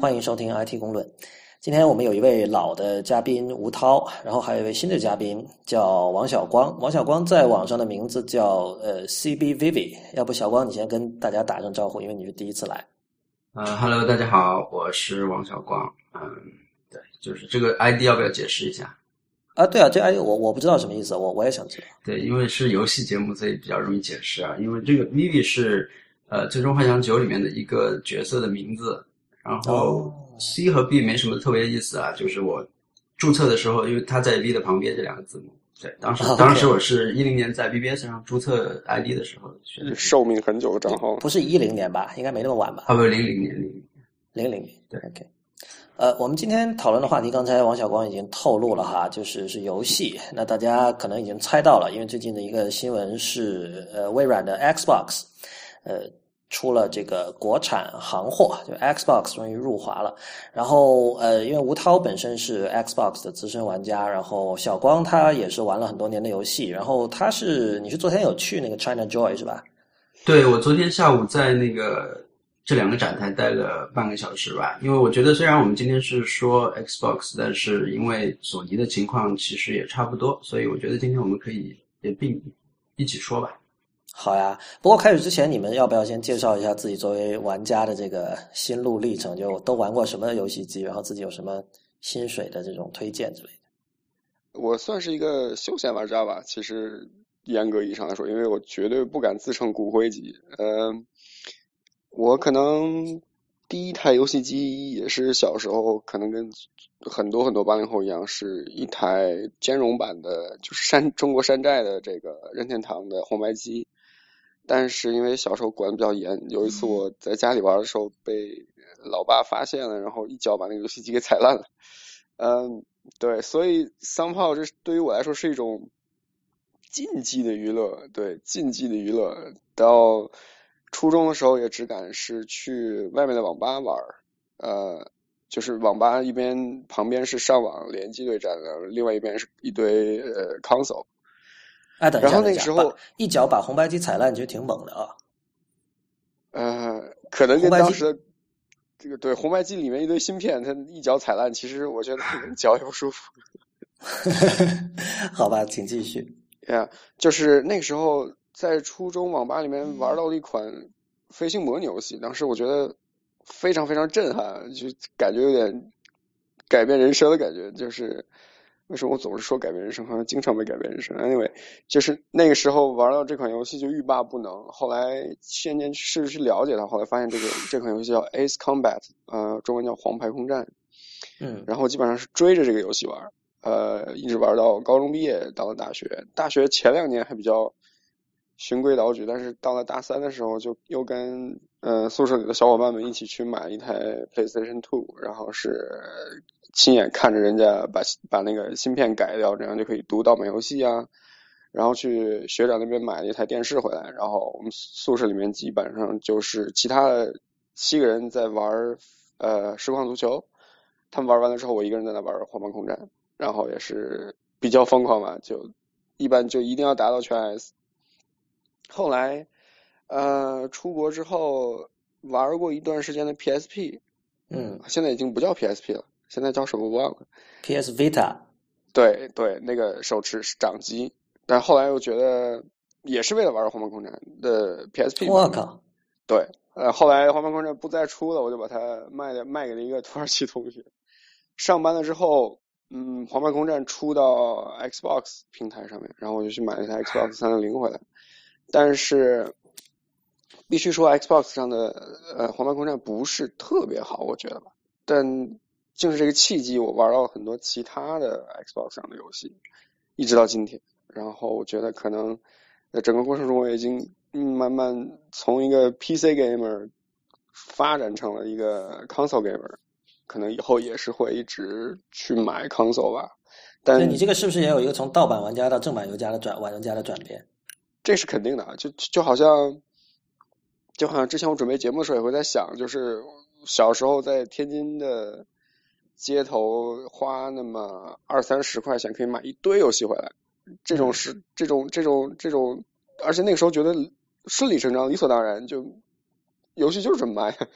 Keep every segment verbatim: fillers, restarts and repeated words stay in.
欢迎收听 I T 公论。今天我们有一位老的嘉宾吴涛，然后还有一位新的嘉宾叫王小光。王小光在网上的名字叫呃 C B Vivi， 要不小光你先跟大家打声招呼，因为你是第一次来。 呃 ，Hello， 大家好，我是王小光。嗯，对，就是这个 I D 要不要解释一下？ 啊，对啊，这 I D 我我不知道什么意思，我我也想知道。 对，因为是游戏节目，所以比较容易解释啊。因为这个 Vivi 是呃《最终幻想九》里面的一个角色的名字，然后 C 和 B 没什么特别的意思啊，就是我注册的时候，因为它在 V 的旁边这两个字母。对，当时、oh, okay. 当时我是一零年在 B B S 上注册 I D 的时候学的， 寿命很久的账号， 不是一零年吧？应该没那么晚吧？ 啊，不，零零年，零零零零年， 对 ，OK。呃，我们今天讨论的话题，刚才王小光已经透露了哈，就是是游戏。那大家可能已经猜到了，因为最近的一个新闻是，呃，微软的 Xbox， 呃，出了这个国产行货，就 Xbox 终于入华了。然后，呃，因为吴涛本身是 Xbox 的资深玩家，然后小光他也是玩了很多年的游戏，然后他是，你是昨天有去那个 China Joy 是吧？ 对，我昨天下午在那个。这两个展台待了半个小时吧，因为我觉得虽然我们今天是说 Xbox， 但是因为索尼的情况其实也差不多，所以我觉得今天我们可以也并一起说吧。 好呀，不过开始之前，你们要不要先介绍一下自己作为玩家的这个心路历程？就都玩过什么游戏机，然后自己有什么薪水的这种推荐之类的？ 我算是一个休闲玩家吧，其实严格意义上来说，因为我绝对不敢自称骨灰级。嗯、呃。我可能第一台游戏机也是小时候可能跟很多很多八零后一样，是一台兼容版的，就是山中国山寨的这个任天堂的红白机。但是因为小时候管得比较严，有一次我在家里玩的时候被老爸发现了，然后一脚把那个游戏机给踩烂了。嗯，对，所以somehow这对于我来说是一种禁忌的娱乐，对，禁忌的娱乐。到初中的时候也只敢是去外面的网吧玩，呃，就是网吧一边旁边是上网联机对战的，另外一边是一堆呃 console。 哎，等一下， 然后那个时候一脚把红白机踩烂，你觉得挺猛的啊？ 呃，可能跟当时的这个对红白机里面一堆芯片，它一脚踩烂，其实我觉得脚也不舒服。 好吧，请继续。 呀、yeah, 就是那个时候在初中网吧里面玩到了一款飞行模拟游戏，当时我觉得非常非常震撼，就感觉有点改变人生的感觉。就是为什么我总是说改变人生，好像经常被改变人生。Anyway， 就是那个时候玩到这款游戏就欲罢不能。后来渐渐试着去了解它，后来发现这个这款游戏叫 Ace Combat， 呃，中文叫黄牌空战。 嗯， 然后基本上是追着这个游戏玩。呃，一直玩到高中毕业，到了大学。大学前两年还比较循规蹈矩，但是到了大三的时候，就又跟呃宿舍里的小伙伴们一起去买一台 PlayStation 二，然后是亲眼看着人家把把那个芯片改掉，这样就可以读盗版游戏啊。然后去学长那边买了一台电视回来，然后我们宿舍里面基本上就是其他的七个人在玩呃实况足球，他们玩完了之后，我一个人在那玩黄牌空战。然后也是比较疯狂嘛，就一般就一定要达到全 S。后来呃出国之后玩过一段时间的 P S P， 嗯， 现在已经不叫 P S P 了，现在叫什么我忘了。 P S Vita。 对对，那个手持掌机，但后来又觉得也是为了玩黄牌空战的 P S P。 我靠。 对，呃，后来黄牌空战不再出了，我就把它卖了，卖给了一个土耳其同学。上班了之后。嗯，黄牌空战出到 Xbox 平台上面，然后我就去买了一台 Xbox 三六零回来。但是必须说 Xbox 上的呃黄牌空战不是特别好，我觉得吧。但正是这个契机，我玩到很多其他的 Xbox 上的游戏，一直到今天。然后我觉得可能在整个过程中，我已经嗯慢慢从一个 P C gamer 发展成了一个 console gamer。可能以后也是会一直去买 console 吧，但你这个是不是也有一个从盗版玩家到正版游家的转玩家的转变？ 这是肯定的，就就好像就好像之前我准备节目的时候也会在想，就是小时候在天津的街头花那么二三十块钱可以买一堆游戏回来，这种是、嗯、这种这种这种，而且那个时候觉得顺理成章理所当然，就游戏就是这么卖。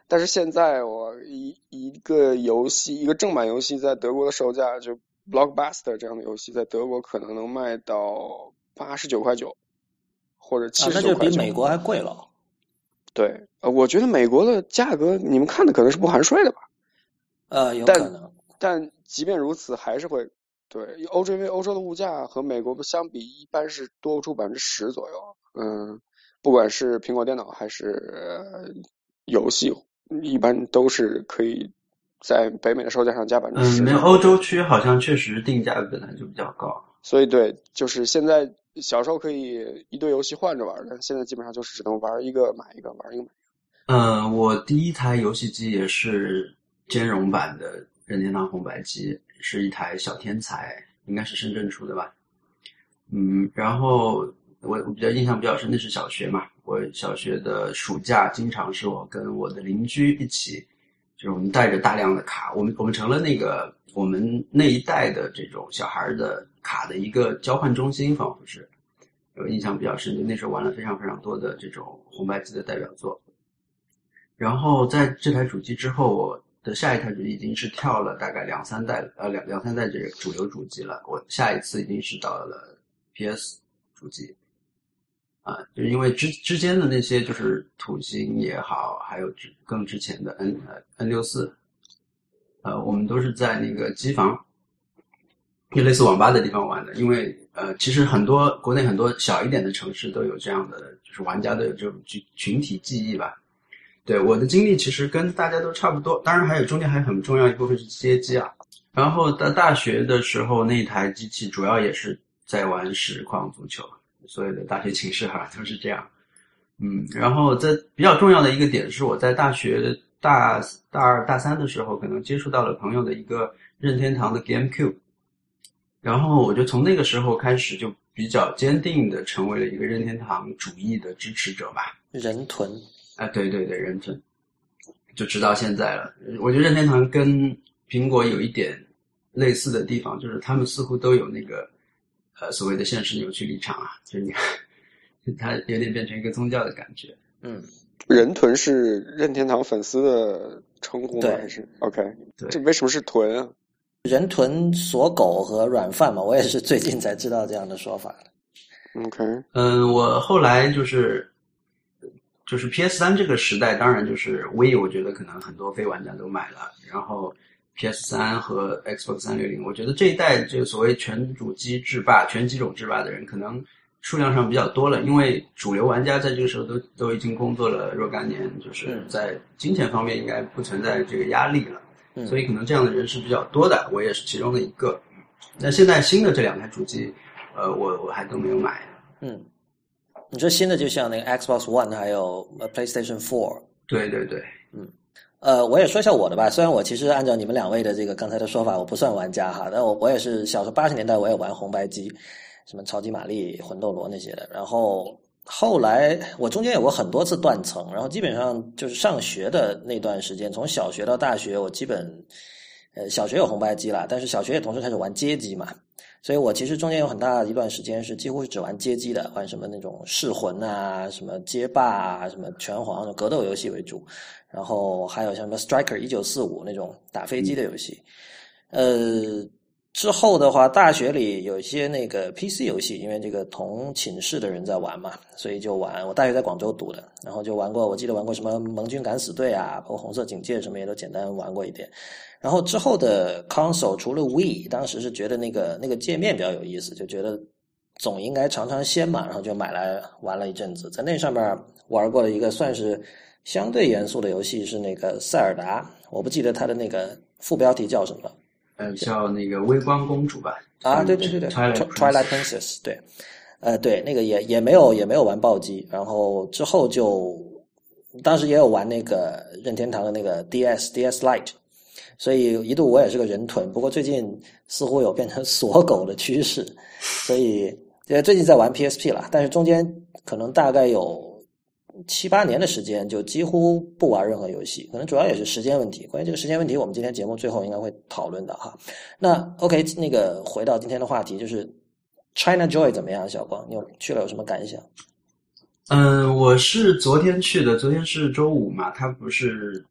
但是现在我一一个游戏，一个正版游戏在德国的售价，就 Blockbuster 这样的游戏，在德国可能能卖到八十九块九，或者七十九块九、啊。 那就比美国还贵了。 对，呃，我觉得美国的价格你们看的可能是不含税的吧？ 呃，有可能。 但, 但即便如此，还是会对欧洲，因为欧洲的物价和美国相比，一般是多出百分之十左右。嗯，不管是苹果电脑还是、呃、游戏，一般都是可以在北美的售价上加百分之十。 嗯，没有，欧洲区好像确实定价本来就比较高， 所以对，就是现在小时候可以一堆游戏换着玩，但现在基本上就是只能玩一个买一个，玩一个买一个。 嗯，我第一台游戏机也是兼容版的任天堂红白机，是一台小天才，应该是深圳出的吧。嗯，然后我我比较印象比较深，那是小学嘛，我小学的暑假经常是我跟我的邻居一起，就是我们带着大量的卡，我们我们成了那个我们那一代的这种小孩的卡的一个交换中心，仿佛是。有印象比较深，就那时候玩了非常非常多的这种红白机的代表作。然后在这台主机之后，我的下一台主机已经是跳了大概两三代，呃，两两三代这个主流主机了。我下一次已经是到了 P S 主机，啊、呃，就因为之之间的那些就是土星也好，还有之更之前的 N 呃 N 六十四，呃，我们都是在那个机房，就类似网吧的地方玩的。因为呃，其实很多国内很多小一点的城市都有这样的，就是玩家都有这种群群体记忆吧。对，我的经历其实跟大家都差不多，当然还有中间还很重要一部分是街机啊。然后在大学的时候，那台机器主要也是在玩实况足球，所有的大学寝室好像都是这样。嗯，然后在比较重要的一个点是，我在大学大大二大三的时候，可能接触到了朋友的一个任天堂的 GameCube， 然后我就从那个时候开始就比较坚定的成为了一个任天堂主义的支持者吧。 人臀啊，对对对，人臀，就直到现在了。我觉得任天堂跟苹果有一点类似的地方，就是他们似乎都有那个呃所谓的现实扭曲立场啊，就是你看，它有点变成一个宗教的感觉。 嗯， 人臀是任天堂粉丝的称呼吗？还是 OK？ 对， 这为什么是臀啊？ 人臀锁狗和软饭嘛，我也是最近才知道这样的说法的。 OK， 嗯，我后来就是。就是 P S 三 这个时代，当然就是 Wii， 我觉得可能很多非玩家都买了。然后 P S 三 和 Xbox 三六零，我觉得这一代这个所谓全主机制霸、全机种制霸的人，可能数量上比较多了，因为主流玩家在这个时候都都已经工作了若干年，就是在金钱方面应该不存在这个压力了， 嗯、 所以可能这样的人是比较多的，我也是其中的一个。那现在新的这两台主机，呃，我我还都没有买。 嗯。你说新的就像那个 Xbox One 还有 PlayStation 四。 对对对， 嗯，呃，我也说一下我的吧。虽然我其实按照你们两位的这个刚才的说法，我不算玩家哈，但我我也是小时候八十年代我也玩红白机，什么超级玛丽、魂斗罗那些的。然后后来我中间有过很多次断层，然后基本上就是上学的那段时间，从小学到大学，我基本呃小学有红白机啦，但是小学也同时开始玩街机嘛。所以我其实中间有很大一段时间是几乎是只玩街机的，玩什么那种噬魂啊、什么街霸啊、什么拳皇格斗游戏为主，然后还有像什么 Striker 一九四五那种打飞机的游戏。呃，之后的话，大学里有一些那个 P C 游戏，因为这个同寝室的人在玩嘛，所以就玩。我大学在广州读的，然后就玩过，我记得玩过什么盟军敢死队啊，包括红色警戒什么也都简单玩过一点。然后之后的 console 除了 Wii， 当时是觉得那个那个界面比较有意思，就觉得总应该尝尝鲜嘛，然后就买来玩了一阵子。在那上面玩过了一个算是相对严肃的游戏，是那个塞尔达，我不记得它的那个副标题叫什么了。 呃，叫那个微光公主吧？ 啊，对对对对 ，Twilight Twilight Princess， 对，呃，对，那个也也没有也没有玩暴击，然后之后就当时也有玩那个任天堂的那个 D S D S Lite。所以一度我也是个人臀，不过最近似乎有变成锁狗的趋势，所以呃最近在玩 P S P 了，但是中间可能大概有七八年的时间就几乎不玩任何游戏，可能主要也是时间问题。关于这个时间问题，我们今天节目最后应该会讨论的哈。那 OK， 那个回到今天的话题，就是 China Joy 怎么样？小光，你有去了有什么感想？ 嗯，我是昨天去的，昨天是周五嘛，它不是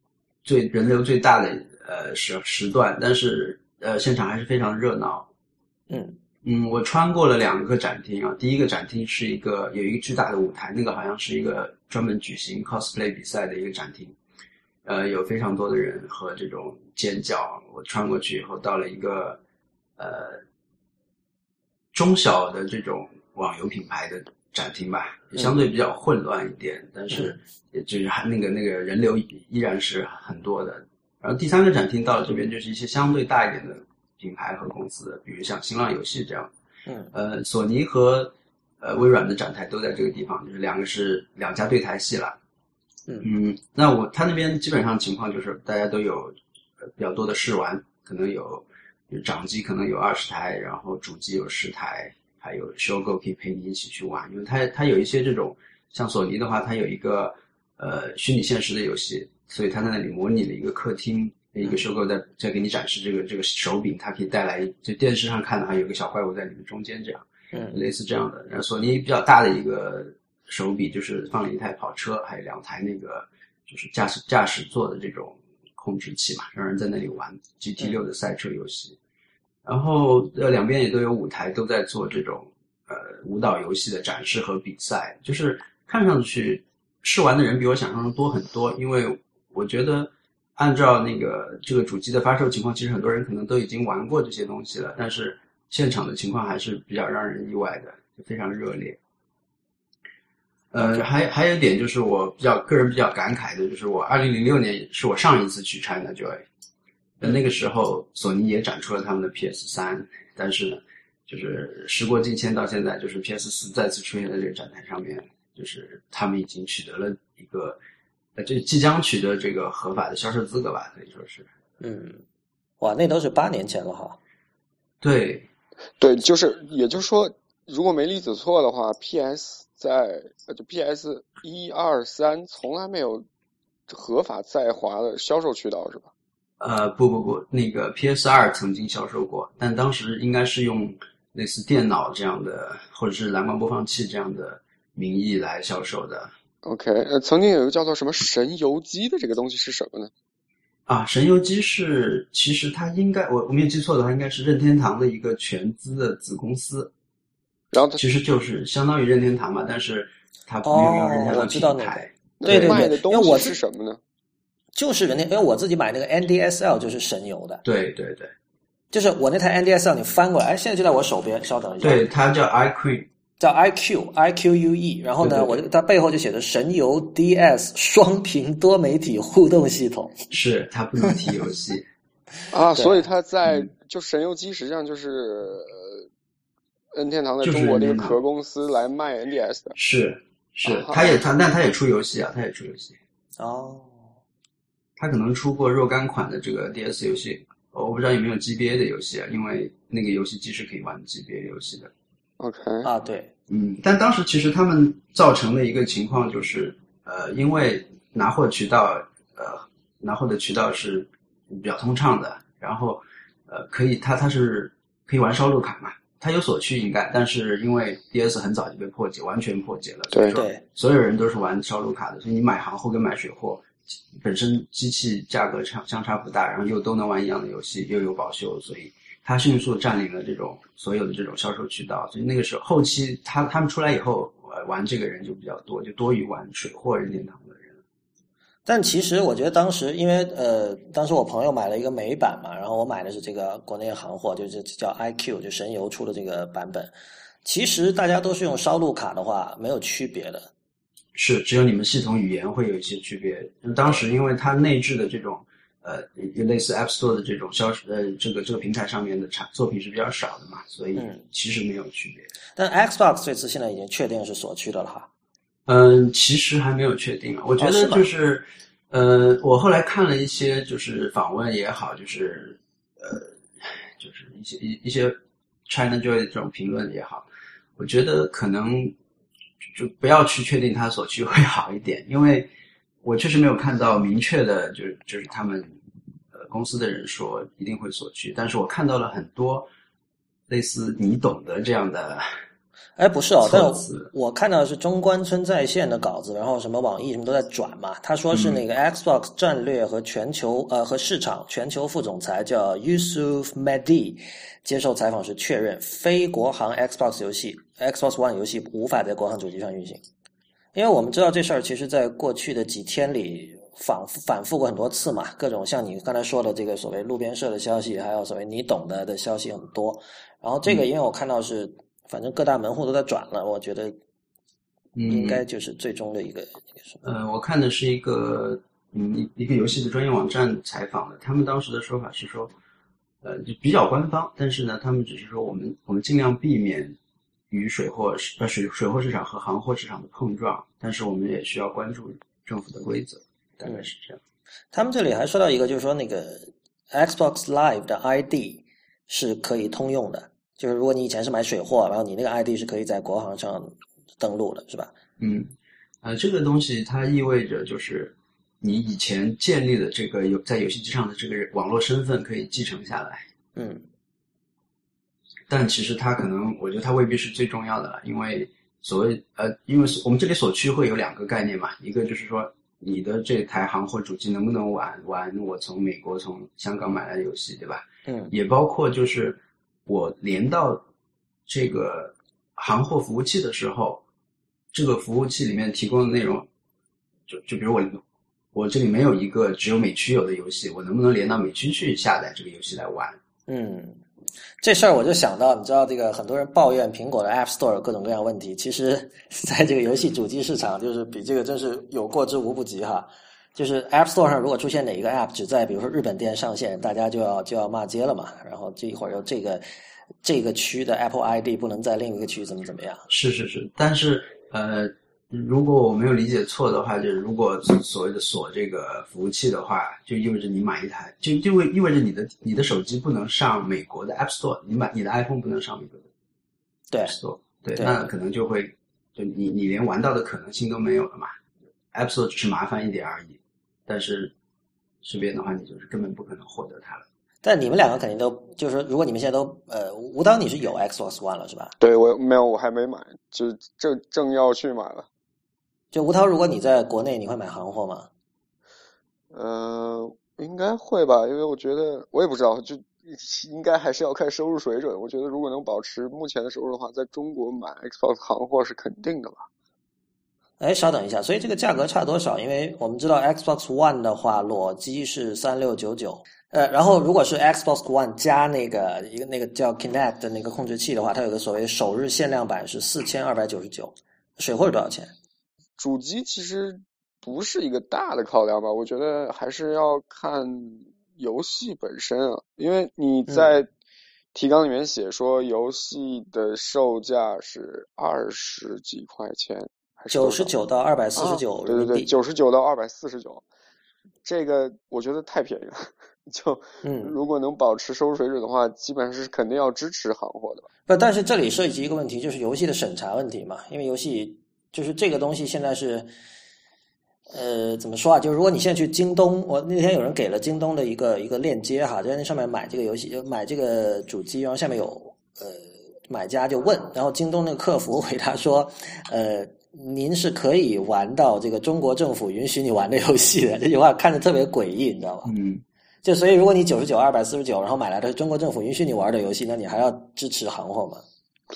最人流最大的呃时时段，但是呃现场还是非常热闹。 嗯嗯，我穿过了两个展厅啊，第一个展厅是一个有一个巨大的舞台，那个好像是一个专门举行 cosplay 比赛的一个展厅，呃，有非常多的人和这种尖叫。我穿过去以后，到了一个呃中小的这种网游品牌的展厅吧，相对比较混乱一点，嗯、但是也就是还那个那个人流依然是很多的。然后第三个展厅到了这边就是一些相对大一点的品牌和公司，比如像新浪游戏这样， 嗯， 呃，索尼和呃微软的展台都在这个地方，就是两个是两家对台戏了。 嗯嗯，那我他那边基本上情况就是大家都有比较多的试玩，可能有有掌机可能有二十台，然后主机有十台，还有 Showgo 可以陪你一起去玩，因为它它有一些这种像索尼的话，它有一个呃虚拟现实的游戏，所以它在那里模拟了一个客厅，一个 Showgo 在在给你展示这个这个手柄，它可以带来就电视上看的还有一个小怪物在你们中间这样， 嗯， 类似这样的。然后索尼比较大的一个手柄就是放了一台跑车，还有两台那个就是驾驶驾驶座的这种控制器嘛，让人在那里玩 G T 六 的赛车游戏。然后呃两边也都有舞台，都在做这种呃舞蹈游戏的展示和比赛，就是看上去试玩的人比我想象中多很多，因为我觉得按照那个这个主机的发售情况，其实很多人可能都已经玩过这些东西了，但是现场的情况还是比较让人意外的，就非常热烈。呃，还还有一点就是我比较个人比较感慨的，就是我二零零六年是我上一次去 ChinaJoy，呃，那个时候索尼也展出了他们的 P S 三，但是呢，就是时过境迁到现在，就是 P S 四再次出现在这个展台上面，就是他们已经取得了一个，呃，就即将取得这个合法的销售资格吧，可以说是。 嗯，哇，那都是八年前了哈。 对， 对，就是也就是说，如果没理解错的话 ，P S 在呃就 P S 一二三从来没有合法在华的销售渠道是吧？ 呃，不不不，那个 P S 二曾经销售过，但当时应该是用类似电脑这样的，或者是蓝光播放器这样的名义来销售的。 OK， 呃，曾经有一个叫做什么神游机的这个东西是什么呢？ 啊，神游机是其实它应该我我没有记错的话，应该是任天堂的一个全资的子公司， 然后它其实就是相当于任天堂嘛，但是它没有用任天堂的品牌。 哦、对对对， 卖的东西是什么呢？ 就是人家，因为我自己买那个 N D S L 就是神游的。 对对对， 就是我那台 N D S L 你翻过来，哎，现在就在我手边，稍等一下。 对，它叫 iQue， 叫 I Q I Q U E， 然后呢， 对对对我它背后就写着神游 D S 双屏多媒体互动系统。 是它不能提游戏啊，所以它在、嗯、就神游机实际上就是呃任天堂在中国这个壳公司来卖 N D S 的。 是是，它也它但它也出游戏啊，它也出游戏。 哦。 它可能出过若干款的这个 D S 游戏，我不知道有没有 G B A 的游戏啊，因为那个游戏机是可以玩 G B A 游戏的。 OK 啊，对， 嗯，但当时其实他们造成的一个情况就是，呃，因为拿货渠道，呃，拿货的渠道是比较通畅的，然后，呃，可以，它它是可以玩烧录卡嘛，它有锁区应该，但是因为 D S 很早就被破解，完全破解了，所以说所有人都是玩烧录卡的，所以你买行货跟买水货。本身机器价格差相差不大，然后又都能玩一样的游戏，又有保修，所以它迅速占领了这种所有的这种销售渠道。所以那个时候后期他他们出来以后，玩这个人就比较多，就多于玩水货任天堂的人。 但其实我觉得当时因为呃，当时我朋友买了一个美版嘛，然后我买的是这个国内行货，就是叫 I Q， 就神游出的这个版本。其实大家都是用烧录卡的话，没有区别的。 是，只有你们系统语言会有一些区别。当时因为它内置的这种呃，类似 App Store 的这种销呃，这个这个平台上面的产作品是比较少的嘛，所以其实没有区别。嗯、 但 Xbox 这次现在已经确定是锁区的了哈。 嗯，其实还没有确定啊。我觉得就是， 哦、 呃，我后来看了一些就是访问也好，就是呃，就是一些一一些 ChinaJoy 的这种评论也好，我觉得可能。就不要去确定它锁区会好一点，因为我确实没有看到明确的，就是就是他们呃公司的人说一定会锁区，但是我看到了很多类似你懂得这样的哎，不是哦，但词我看到的是中关村在线的稿子，然后什么网易什么都在转嘛。他说是那个 Xbox 战略和全球、嗯、呃和市场全球副总裁叫 Yusuf Mehdi 接受采访时确认，非国行 Xbox 游戏 Xbox One 游戏无法在国行主机上运行。因为我们知道这事儿，其实在过去的几天里反复反复过很多次嘛，各种像你刚才说的这个所谓路边社的消息，还有所谓你懂得的消息很多。然后这个因为我看到是。嗯反正各大门户都在转了，我觉得应该就是最终的一个、嗯、一个什么？ 呃，我看的是一个嗯一个游戏的专业网站采访的，他们当时的说法是说，呃，就比较官方，但是呢，他们只是说我们我们尽量避免与水货呃水水货市场和行货市场的碰撞，但是我们也需要关注政府的规则，大概是这样。 嗯、他们这里还说到一个，就是说那个 Xbox Live 的 I D 是可以通用的。就是如果你以前是买水货，然后你那个 I D 是可以在国行上登录的，是吧？ 嗯，呃，这个东西它意味着就是你以前建立的这个有在游戏机上的这个网络身份可以继承下来。 嗯， 但其实它可能，我觉得它未必是最重要的了，因为所谓呃，因为我们这里所趋会有两个概念嘛，一个就是说你的这台行货主机能不能玩玩我从美国从香港买来的游戏，对吧？ 嗯， 也包括就是。我连到这个行货服务器的时候，这个服务器里面提供的内容，就就比如我我这里没有一个只有美区有的游戏，我能不能连到美区去下载这个游戏来玩？ 嗯，这事儿我就想到，你知道这个很多人抱怨苹果的 App Store 有各种各样问题，其实在这个游戏主机市场，就是比这个真是有过之无不及哈。就是 App Store 上如果出现哪一个 App 只在比如说日本店上线，大家就要就要骂街了嘛。然后这一会儿又这个这个区的 Apple I D 不能在另一个区怎么怎么样？ 是是是，但是呃，如果我没有理解错的话，就是如果所谓的锁这个服务器的话，就意味着你买一台，就就意味着你的你的手机不能上美国的 App Store， 你买你的 iPhone 不能上美国的 App Store， 对, 对, 对，那可能就会就你你连玩到的可能性都没有了嘛。App Store 只是麻烦一点而已。但是这边的话，你就是根本不可能获得它了。 但你们两个肯定都就是说，如果你们现在都呃，吴导你是有 Xbox One 了是吧？ 对，我没有，我还没买，就正正要去买了。 就吴涛，如果你在国内，你会买行货吗？ 呃，应该会吧，因为我觉得我也不知道，就应该还是要看收入水准。我觉得如果能保持目前的收入的话，在中国买 Xbox 行货是肯定的吧。 哎，稍等一下，所以这个价格差多少？因为我们知道 Xbox One 的话，裸机是三六九九，呃，然后如果是 Xbox One 加那个一个那个叫 Kinect 的那个控制器的话，它有个所谓首日限量版是四千二百九十九，水货是多少钱？ 主机其实不是一个大的考量吧，我觉得还是要看游戏本身啊，因为你在提纲里面写说游戏的售价是二十几块钱。 九十九到二百四十九， 对对对，九十九到二百四十九，这个我觉得太便宜了。就嗯，如果能保持收入水准的话，基本上是肯定要支持行货的。 不，但是这里涉及一个问题，就是游戏的审查问题嘛。因为游戏就是这个东西现在是，呃，怎么说啊？就是如果你现在去京东，我那天有人给了京东的一个一个链接哈，就在那上面买这个游戏，买这个主机，然后下面有呃买家就问，然后京东那个客服回答说，呃。您是可以玩到这个中国政府允许你玩的游戏的，这句话看着特别诡异，你知道吧？ 嗯， 就所以如果你九十九、二百四十九，然后买来的中国政府允许你玩的游戏，那你还要支持行货吗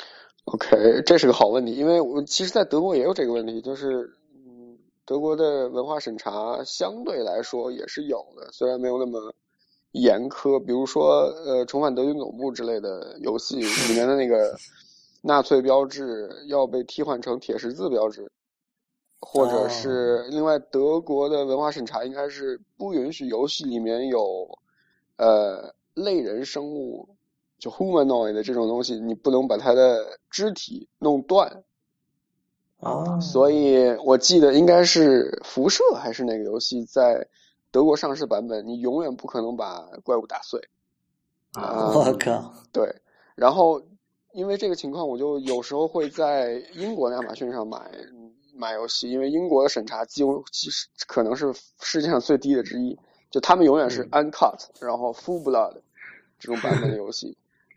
？OK， 这是个好问题，因为我其实在德国也有这个问题，就是嗯，德国的文化审查相对来说也是有的，虽然没有那么严苛，比如说呃，重返德军总部之类的游戏里面的那个。纳粹标志要被替换成铁十字标志，或者是另外德国的文化审查应该是不允许游戏里面有呃类人生物，就 humanoid 的这种东西，你不能把它的肢体弄断啊。所以我记得应该是辐射还是哪个游戏在德国上市版本，你永远不可能把怪物打碎啊！我靠， 对，然后。因为这个情况，我就有时候会在英国的亚马逊上买买游戏，因为英国的审查几乎其实可能是世界上最低的之一，就他们永远是 uncut，、嗯、然后 full blood 这种版本的游戏，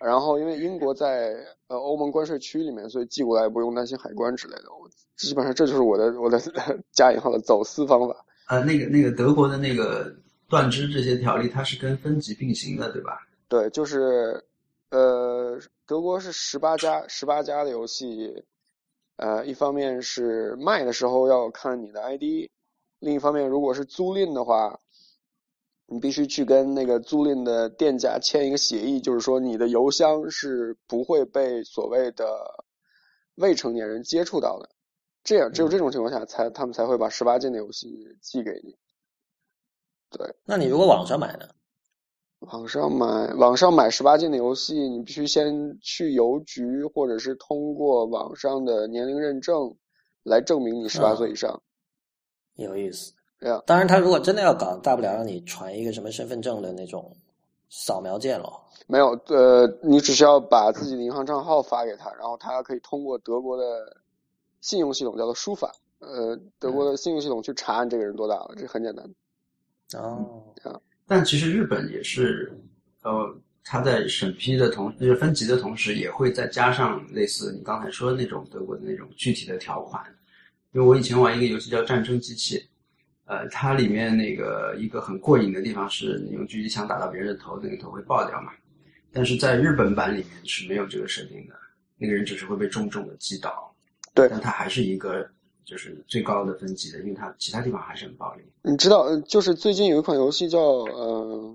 然后因为英国在呃欧盟关税区里面，所以寄过来不用担心海关之类的。我基本上这就是我的我的加引号的走私方法。 呃，那个那个德国的那个断肢这些条例，它是跟分级并行的，对吧？ 对，就是呃，德国是十八加十八加的游戏，呃，一方面是卖的时候要看你的 I D， 另一方面如果是租赁的话，你必须去跟那个租赁的店家签一个协议，就是说你的邮箱是不会被所谓的未成年人接触到的。这样只有这种情况下才他们才会把十八禁的游戏寄给你。对， 那你如果网上买呢？ 网上买网上买十八禁的游戏，你必须先去邮局，或者是通过网上的年龄认证来证明你十八岁以上。 嗯，有意思。 Yeah. 当然他如果真的要搞，大不了让你传一个什么身份证的那种扫描件咯。 没有，呃，你只需要把自己的银行账号发给他，然后他可以通过德国的信用系统叫做书法，呃，德国的信用系统去查你这个人多大了，这很简单。 哦， 啊， 但其实日本也是，呃，他在审批的同就是分级的同时，也会再加上类似你刚才说的那种德国的那种具体的条款。因为我以前玩一个游戏叫《战争机器》，呃，它里面那个一个很过瘾的地方是，你用狙击枪打到别人的头，那个头会爆掉嘛。但是在日本版里面是没有这个设定的，那个人只是会被重重的击倒。 对， 但它还是一个就是最高的分级的，因为它其他地方还是很暴力。 你知道，就是最近有一款游戏叫呃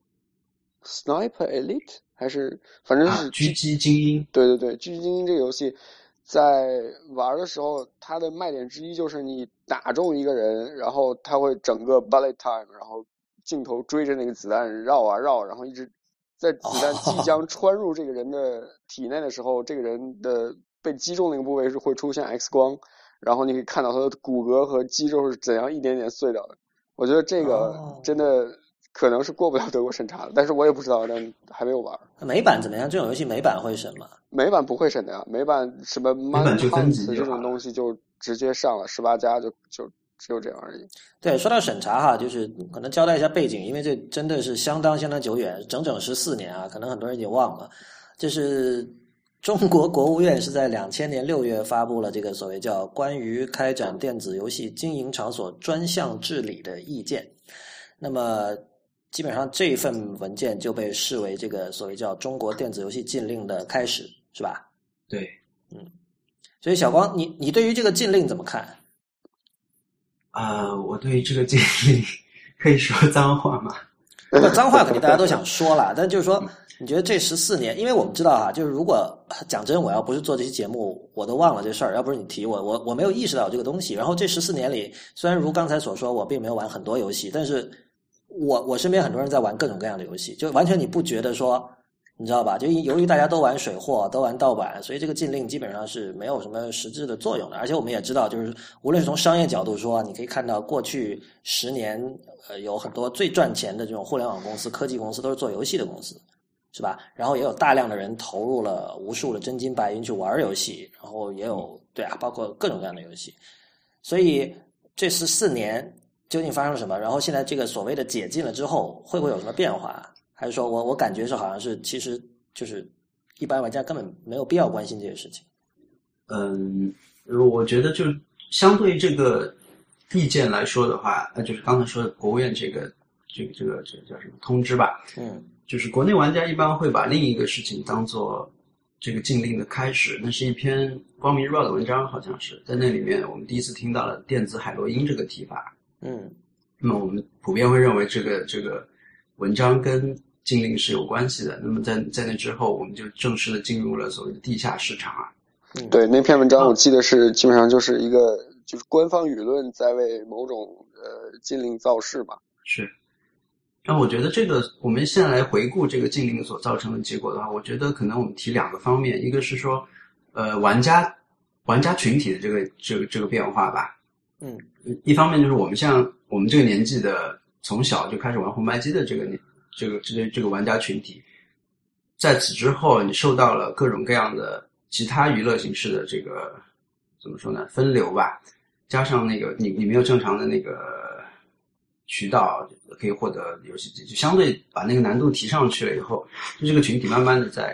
Sniper Elite， 还是反正是、 啊、狙击精英。 对对对，狙击精英这个游戏在玩的时候，它的卖点之一就是你打中一个人，然后他会整个 bullet time， 然后镜头追着那个子弹绕啊绕，然后一直在子弹即将穿入这个人的体内的时候，这个人的被击中那个部位是会出现 X 光，然后你可以看到他的骨骼和肌肉是怎样一点点碎掉的。我觉得这个真的可能是过不了德国审查的，但是我也不知道，但还没有玩。 美版怎么样？这种游戏美版会审吗？ 美版不会审的呀，美版什么 Manhunt 这种东西就直接上了，十八加就就只有这样而已。 对，说到审查哈，就是可能交代一下背景，因为这真的是相当相当久远，整整十四年啊，可能很多人已经忘了。就是中国国务院是在两千年六月发布了这个所谓叫《关于开展电子游戏经营场所专项治理的意见》，那么基本上这份文件就被视为这个所谓叫中国电子游戏禁令的开始，是吧？ 对， 嗯，所以小光，你你对于这个禁令怎么看？ 啊、呃，我对于这个禁令可以说脏话吗？ 那脏话肯定大家都想说了，但就是说，你觉得这十四年，因为我们知道哈，就是如果讲真，我要不是做这期节目，我都忘了这事儿，要不是你提我，我我没有意识到这个东西。然后这十四年里，虽然如刚才所说，我并没有玩很多游戏，但是我我身边很多人在玩各种各样的游戏，就完全你不觉得说，你知道吧？就由于大家都玩水货，都玩盗版，所以这个禁令基本上是没有什么实质的作用的。而且我们也知道，就是无论是从商业角度说，你可以看到过去十年，呃，有很多最赚钱的这种互联网公司、科技公司都是做游戏的公司，是吧？然后也有大量的人投入了无数的真金白银去玩游戏，然后也有对啊，包括各种各样的游戏。所以这十四年究竟发生了什么？然后现在这个所谓的解禁了之后，会不会有什么变化？还是说我我感觉是好像是其实就是一般玩家根本没有必要关心这些事情？ 嗯，我觉得就相对这个意见来说的话，呃，就是刚才说的国务院这个这个这个这个叫什么通知吧？ 嗯， 就是国内玩家一般会把另一个事情当做这个禁令的开始。那是一篇光明日报的文章，好像是在那里面我们第一次听到了电子海洛因这个提法。 嗯， 那么我们普遍会认为这个这个文章跟禁令是有关系的。那么在在那之后，我们就正式的进入了所谓的地下市场啊。 嗯、对，那篇文章我记得是基本上就是一个就是官方舆论在为某种呃禁令造势嘛。 是。那我觉得这个我们现在来回顾这个禁令所造成的结果的话，我觉得可能我们提两个方面，一个是说呃玩家玩家群体的这个这个这个变化吧。 嗯， 一方面就是我们像我们这个年纪的从小就开始玩红白机的这个这个这个这个玩家群体，在此之后你受到了各种各样的其他娱乐形式的这个怎么说呢分流吧，加上那个你你没有正常的那个渠道可以获得游戏机，就相对把那个难度提上去了以后，就这个群体慢慢的在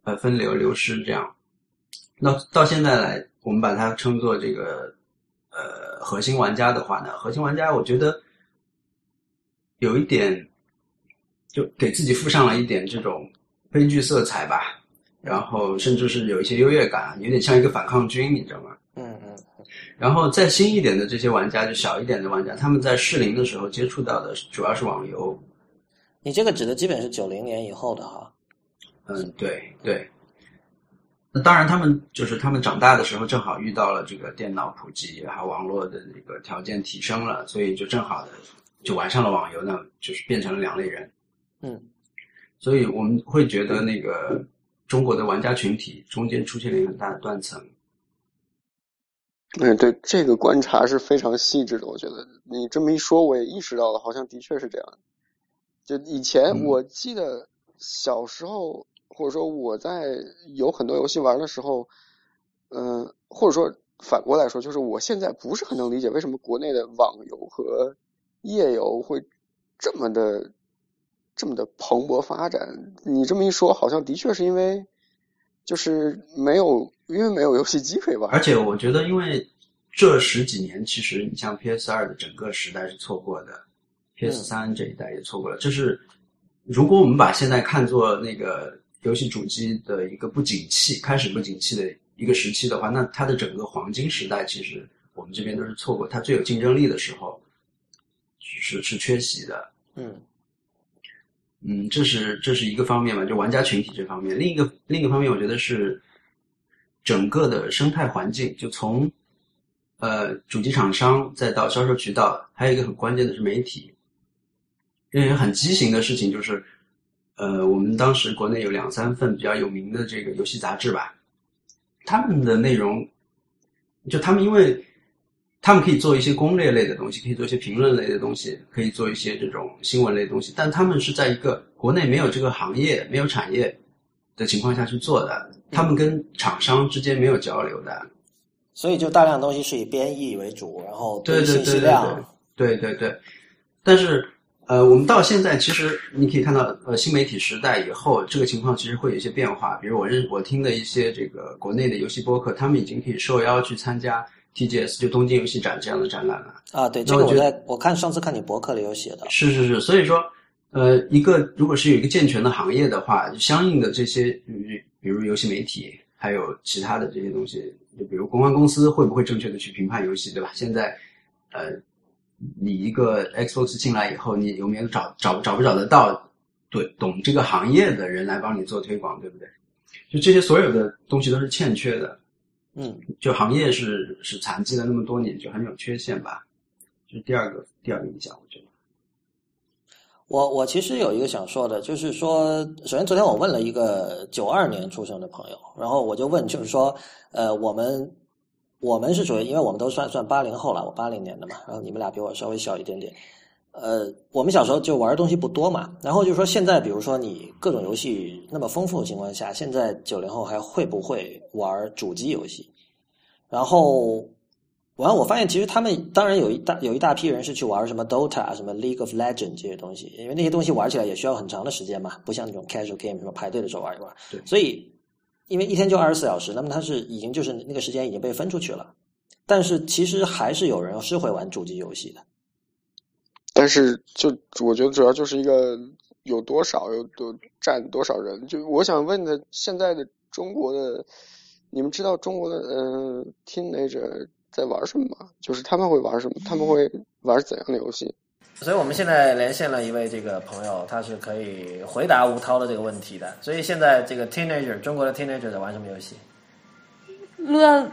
呃分流流失这样。那到现在来，我们把它称作这个呃核心玩家的话呢，核心玩家我觉得有一点就给自己附上了一点这种悲剧色彩吧，然后甚至是有一些优越感，有点像一个反抗军，你知道吗？ 嗯嗯。 然后再新一点的这些玩家，就小一点的玩家，他们在适龄的时候接触到的主要是网游。 你这个指的基本是九零年以后的哈。 嗯，对对。那当然，他们就是他们长大的时候，正好遇到了这个电脑普及，还有网络的这个条件提升了，所以就正好的就玩上了网游呢，就是变成了两类人。 嗯， 所以我们会觉得那个中国的玩家群体中间出现了一个很大的断层。 嗯，对，这个观察是非常细致的。我觉得你这么一说，我也意识到了，好像的确是这样。就以前我记得小时候，或者说我在有很多游戏玩的时候，嗯、呃，或者说反过来说，就是我现在不是很能理解为什么国内的网游和页游会这么的这么的蓬勃发展。你这么一说，好像的确是因为就是没有因为没有游戏机可以玩。 而且我觉得，因为这十几年，其实你像 P S 二 的整个时代是错过的。P S 三 这一代也错过了，这是如果我们把现在看作那个游戏主机的一个不景气，开始不景气的一个时期的话，那它的整个黄金时代，其实我们这边都是错过，它最有竞争力的时候是是缺席的。 嗯嗯，这是这是一个方面嘛，就玩家群体这方面。另一个另一个方面，我觉得是整个的生态环境，就从呃主机厂商再到销售渠道，还有一个很关键的是媒体。因为很畸形的事情就是，呃，我们当时国内有两三份比较有名的这个游戏杂志吧，他们的内容，就他们因为他们可以做一些攻略类的东西，可以做一些评论类的东西，可以做一些这种新闻类的东西，但他们是在一个国内没有这个行业、没有产业的情况下去做的，他们跟厂商之间没有交流的， 所以就大量东西是以编译为主，然后对对信息量， 对对对对，但是。呃，我们到现在其实你可以看到，呃，新媒体时代以后，这个情况其实会有一些变化。比如我认我听的一些这个国内的游戏播客，他们已经可以受邀去参加 T G S 就东京游戏展这样的展览了。 啊，对，这个我在我看上次看你博客里有写的。 是是是，所以说，呃，一个如果是有一个健全的行业的话，相应的这些，比如游戏媒体，还有其他的这些东西，就比如公关公司会不会正确的去评判游戏，对吧？现在，呃。你一个 Xbox 进来以后，你有没有找找找不找得到对懂这个行业的人来帮你做推广，对不对？就这些所有的东西都是欠缺的。 嗯， 就行业是是残疾了那么多年，就很有缺陷吧。这是第二个第二个影响，我觉得。 我我其实有一个想说的，就是说，首先昨天我问了一个九二年出生的朋友，然后我就问，就是说，呃，我们。我们是属于，因为我们都算算八零后了，我八零年的嘛，然后你们俩比我稍微小一点点。呃，我们小时候就玩的东西不多嘛，然后就说现在，比如说你各种游戏那么丰富的情况下，现在九零后还会不会玩主机游戏？然后，完我发现其实他们当然有一大有一大批人是去玩什么 Dota、什么 League of Legends 这些东西，因为那些东西玩起来也需要很长的时间嘛，不像那种 casual game 什么排队的时候玩一玩。 对， 所以。因为一天就二十四小时，那么它是已经就是那个时间已经被分出去了，但是其实还是有人是会玩主机游戏的。 但是就我觉得主要就是一个有多少有有占多少人。就我想问的，现在的中国的，你们知道中国的嗯、呃、teenager 在玩什么吗？就是他们会玩什么？他们会玩怎样的游戏？ 所以我们现在连线了一位这个朋友，他是可以回答吴涛的这个问题的。所以现在这个 teenager 中国的 teenager 在玩什么游戏？ 乱，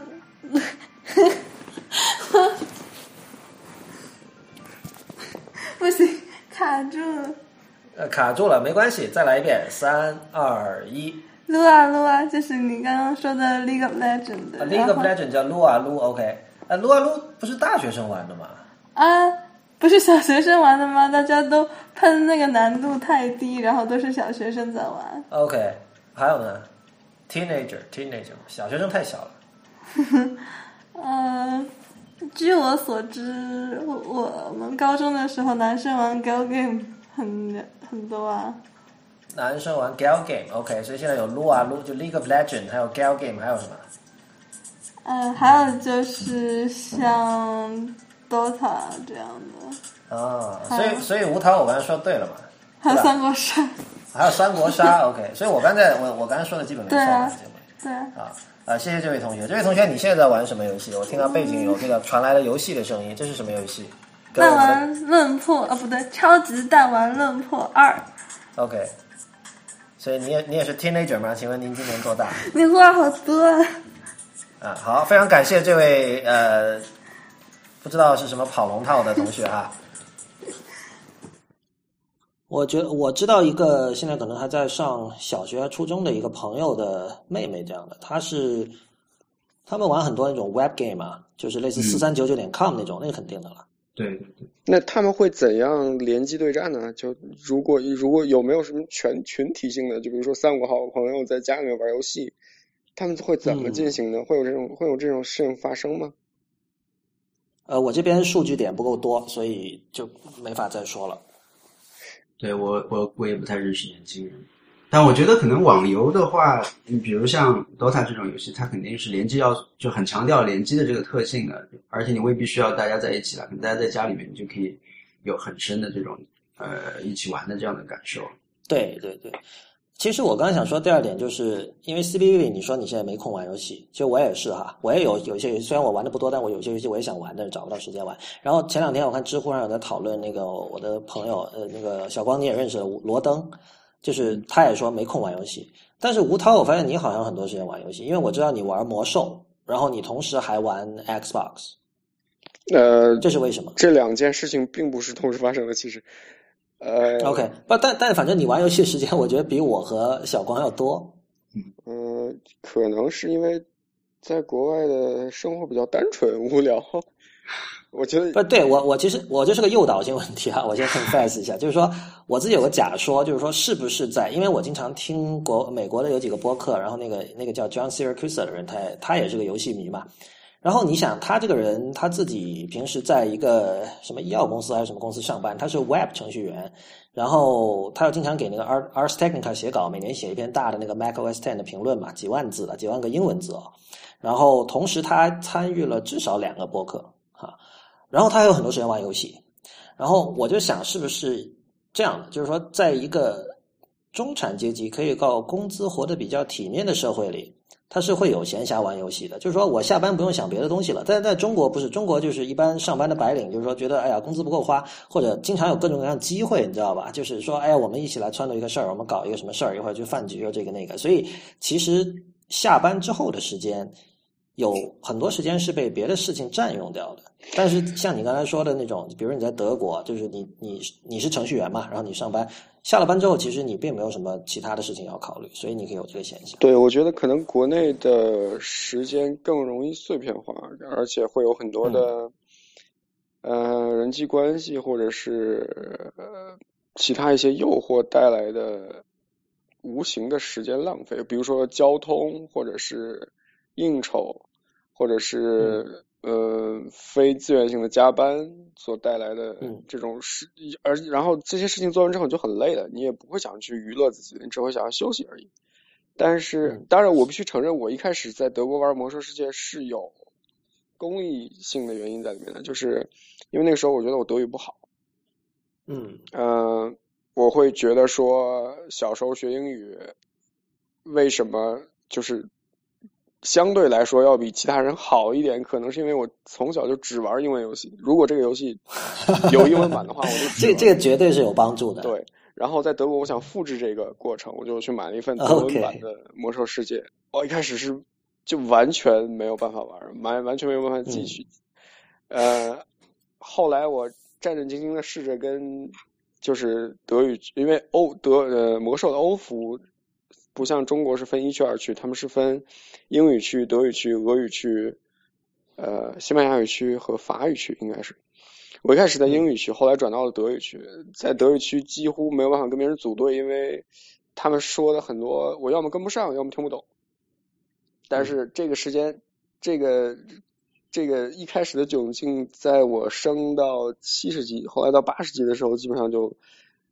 不行，卡住了。 呃，卡住了，没关系，再来一遍，三二一。 撸啊撸啊，就是你刚刚说的 League of Legends 的。 啊、League of Legends 叫撸啊撸 ，OK。啊，撸啊撸不是大学生玩的吗？ 啊。不是小学生玩的吗？大家都喷那个难度太低，然后都是小学生在玩。 OK， 还有呢 ？Teenager， Teenager， 小学生太小了。 呃，据我所知，我我们高中的时候，男生玩 Gal Game 很很多啊。 男生玩 Gal Game，OK，、okay, 所以现在有撸啊撸，就 League of Legends， 还有 Gal Game， 还有什么？ 嗯，还有就是像 Dota 这样的。 啊，所以所以吴涛我刚才说对了嘛？ 还有三国杀。 还有三国杀 ，OK， 所以我刚才我我刚才说的基本没错嘛，基本对啊。 啊啊，谢谢这位同学。这位同学，你现在在玩什么游戏？我听到背景有这个传来了游戏的声音，这是什么游戏？ 弹丸论破啊，不对，超级弹丸论破二。 OK， 所以你也你也是 teenager 吗？请问您今年多大？ 你话好多啊！ 啊，好，非常感谢这位呃，不知道是什么跑龙套的同学哈。我觉得我知道一个现在可能还在上小学、初中的一个朋友的妹妹这样的，她是他们玩很多那种 web game 啊，就是类似四三九九点 com 那种，那个肯定的了。 对对对。 那他们会怎样联机对战呢？就如果如果有没有什么全群体性的，就比如说三五个好朋友在家里面玩游戏，他们会怎么进行呢？嗯、会有这种会有这种事情发生吗？ 呃，我这边数据点不够多，所以就没法再说了。 对，我我我也不太认识年轻人，但我觉得可能网游的话，你比如像 Dota 这种游戏，它肯定是联机要就很强调联机的这个特性的，而且你未必需要大家在一起了，可能大家在家里面你就可以有很深的这种呃一起玩的这样的感受。 对对对，其实我刚才想说第二点，就是因为 C B B 你说你现在没空玩游戏，其实我也是哈，我也有有些游戏，虽然我玩的不多，但我有些游戏我也想玩，但是找不到时间玩。然后前两天我看知乎上有在讨论那个我的朋友呃那个小光你也认识的罗登，就是他也说没空玩游戏。但是吴涛我发现你好像很多时间玩游戏，因为我知道你玩魔兽，然后你同时还玩 Xbox。 呃， 这是为什么？ 这两件事情并不是同时发生的，其实。呃 ，OK， 不，但但反正你玩游戏时间，我觉得比我和小光要多。 嗯、呃，可能是因为在国外的生活比较单纯无聊，我觉得不对我我其实我就是个诱导性问题啊，我先 confess 一下，就是说我自己有个假说，就是说是不是在，因为我经常听国美国的有几个播客，然后那个那个叫 John Siracusa 的人，他他也是个游戏迷嘛。然后你想，他这个人他自己平时在一个什么医药公司还是什么公司上班，他是 Web 程序员，然后他又经常给那个 Ars Technica 写稿，每年写一篇大的那个 macOS X 的评论嘛，几万字的，几万个英文字哦。然后同时他参与了至少两个播客哈，然后他还有很多时间玩游戏。然后我就想，是不是这样的，就是说，在一个中产阶级可以靠工资活得比较体面的社会里，他是会有闲暇玩游戏的，就是说我下班不用想别的东西了。但在中国不是，中国就是一般上班的白领，就是说觉得哎呀工资不够花，或者经常有各种各样的机会，你知道吧？就是说哎呀我们一起来撺掇一个事儿，我们搞一个什么事儿，一会儿去饭局又这个那个。所以其实下班之后的时间有很多时间是被别的事情占用掉的。但是像你刚才说的那种，比如你在德国，就是你你你是程序员嘛，然后你上班下了班之后，其实你并没有什么其他的事情要考虑，所以你可以有这个现象。 对，我觉得可能国内的时间更容易碎片化，而且会有很多的、嗯、呃人际关系或者是呃其他一些诱惑带来的无形的时间浪费，比如说交通或者是应酬，或者是、嗯呃，非自愿性的加班所带来的这种事，嗯、而然后这些事情做完之后你就很累了，你也不会想去娱乐自己，你只会想要休息而已。但是，当然我必须承认，我一开始在德国玩魔兽世界是有功利性的原因在里面的，就是因为那个时候我觉得我德语不好， 嗯， 呃，我会觉得说小时候学英语为什么就是相对来说要比其他人好一点，可能是因为我从小就只玩英文游戏。如果这个游戏有英文版的话，我就这这个绝对是有帮助的。 对，然后在德国，我想复制这个过程，我就去买了一份德文版的《魔兽世界》。我、okay. 一开始是就完全没有办法玩，完完全没有办法继续。嗯、呃，后来我战战兢兢的试着跟就是德语，因为欧德呃魔兽的欧服。不像中国是分一区二区，他们是分英语区、德语区、俄语区、呃西班牙语区和法语区，应该是。我一开始在英语区，后来转到了德语区，在德语区几乎没有办法跟别人组队，因为他们说的很多我要么跟不上，要么听不懂。但是这个时间，这个这个一开始的窘境，在我升到七十级，后来到八十级的时候，基本上就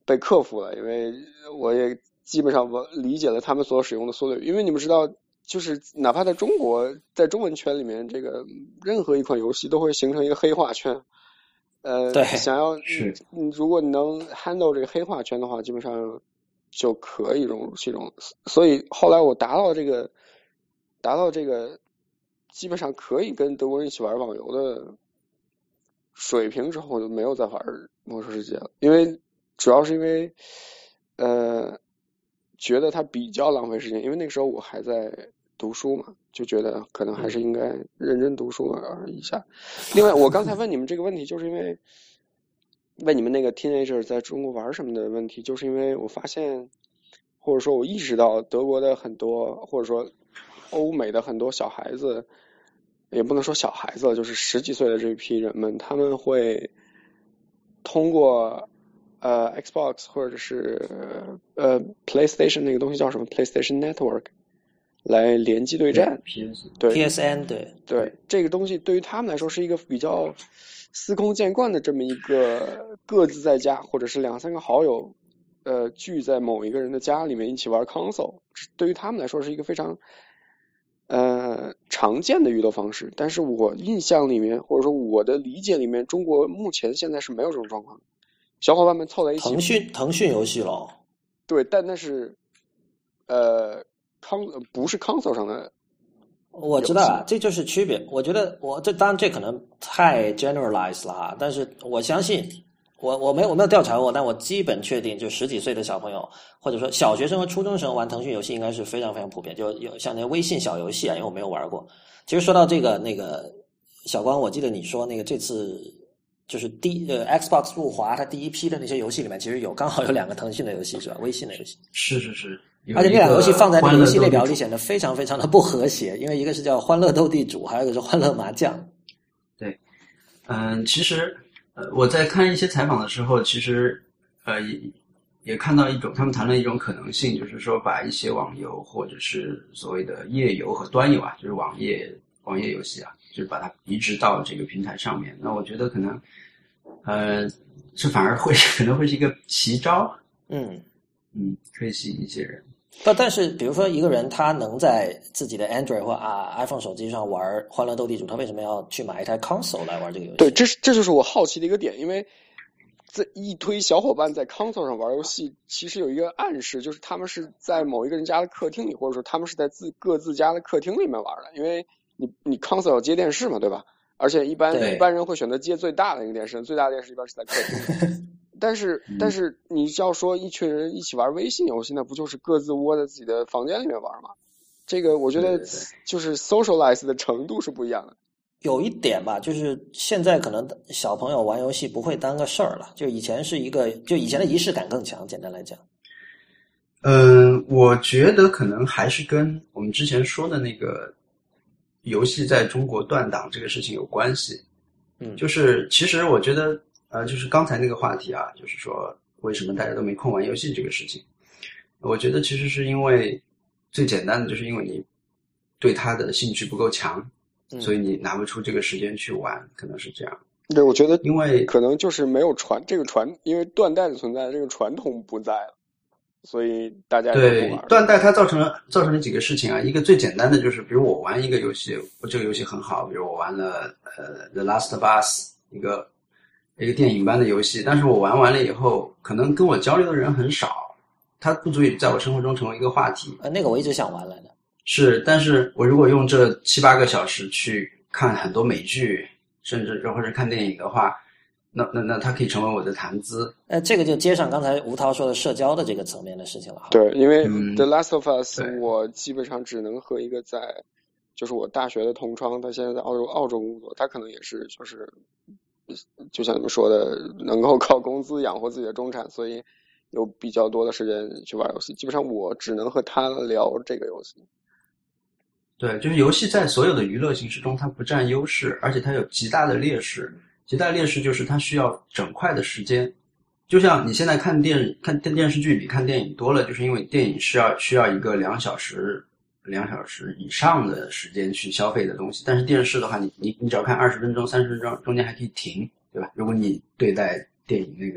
被克服了，因为我也基本上我理解了他们所使用的缩略语。因为你们知道，就是哪怕在中国，在中文圈里面，这个任何一款游戏都会形成一个黑化圈。呃， 对， 想要是， 如果你能 handle 这个黑化圈的话，基本上就可以融入其中。所以后来我达到这个，达到这个，基本上可以跟德国人一起玩网游的水平之后，我就没有再玩魔兽世界了，因为主要是因为，呃，觉得它比较浪费时间，因为那个时候我还在读书嘛，就觉得可能还是应该认真读书而一下。另外，我刚才问你们这个问题，就是因为问你们那个 teenager 在中国玩什么的问题，就是因为我发现，或者说我意识到德国的很多，或者说欧美的很多小孩子，也不能说小孩子了，就是十几岁的这一批人们，他们会通过呃 Xbox 或者是呃 PlayStation 那个东西叫什么 PlayStation Network 来联机对战。 P S 对 P S N 对对，这个东西对于他们来说是一个比较司空见惯的这么一个各自在家，或者是两三个好友呃聚在某一个人的家里面一起玩 console， 对于他们来说是一个非常呃常见的娱乐方式。但是我印象里面，或者说我的理解里面，中国目前现在是没有这种状况的。小伙伴们凑在一起， 腾讯腾讯游戏咯。 对，但那是呃康不是 console 上的。 我知道啊，这就是区别。我觉得我这当然这可能太 generalized 了哈，但是我相信我我没有我没有调查过，但我基本确定，就十几岁的小朋友或者说小学生和初中生玩腾讯游戏应该是非常非常普遍，就有像那些微信小游戏啊，因为我没有玩过。其实说到这个那个小光，我记得你说那个这次就是第呃 Xbox 入华，它第一批的那些游戏里面，其实有刚好有两个腾讯的游戏是吧？微信的游戏。 是是是。 而且那两个游戏放在那个游戏列表里显得非常非常的不和谐，因为一个是叫《欢乐斗地主》，还有一个是《欢乐麻将》。 对，嗯，其实呃我在看一些采访的时候，其实呃也也看到一种他们谈论一种可能性，就是说把一些网游或者是所谓的页游和端游啊，就是网页网页游戏啊，就是把它移植到这个平台上面。那我觉得可能呃这反而会可能会是一个奇招， 嗯嗯，可以吸引一些人。 但但是，比如说一个人他能在自己的 Android 或啊 iPhone 手机上玩《欢乐斗地主》，他为什么要去买一台 console 来玩这个游戏？ 对，这是这就是我好奇的一个点，因为这一堆小伙伴在 console 上玩游戏，其实有一个暗示，就是他们是在某一个人家的客厅里，或者说他们是在自各自家的客厅里面玩的，因为你你 console 要接电视嘛，对吧？而且一般一般人会选择接最大的那个电视，最大的电视一般是在客厅。但是但是你要说一群人一起玩微信游戏，那不就是各自窝在自己的房间里面玩吗？这个我觉得就是 socialize 的程度是不一样的。 有一点吧，就是现在可能小朋友玩游戏不会当个事儿了，就以前是一个，就以前的仪式感更强，简单来讲。 嗯，我觉得可能还是跟我们之前说的那个游戏在中国断档这个事情有关系。 嗯， 就是其实我觉得呃，就是刚才那个话题啊，就是说为什么大家都没空玩游戏这个事情，我觉得其实是因为最简单的，就是因为你对它的兴趣不够强， 嗯、 所以你拿不出这个时间去玩，可能是这样。 对，我觉得因为可能就是没有传这个传，因为断代的存在，这个传统不在了，所以大家对断代它造成了造成了几个事情啊。一个最简单的就是，比如我玩一个游戏，这个游戏很好，比如我玩了呃 The Last of Us 一个一个电影般的游戏，但是我玩完了以后，可能跟我交流的人很少，它不足以在我生活中成为一个话题。 呃，那个我一直想玩来的。 是，但是我如果用这七八个小时去看很多美剧，甚至或者看电影的话，那那那它可以成为我的谈资。 呃，这个就接上刚才吴涛说的社交的这个层面的事情了。 对，因为 The 嗯 Last of Us、嗯、我基本上只能和一个在，就是我大学的同窗，他现在在澳洲澳洲工作，他可能也是就是，就像你们说的，能够靠工资养活自己的中产，所以有比较多的时间去玩游戏。基本上我只能和他聊这个游戏。 对，就是游戏在所有的娱乐形式中，它不占优势，而且它有极大的劣势。极大的劣势就是它需要整块的时间。就像你现在看电看电视剧比看电影多了，就是因为电影是要需要一个两小时两小时以上的时间去消费的东西。但是电视的话，你你你只要看二十分钟、三十分钟，中间还可以停，对吧？如果你对待电影那个的话，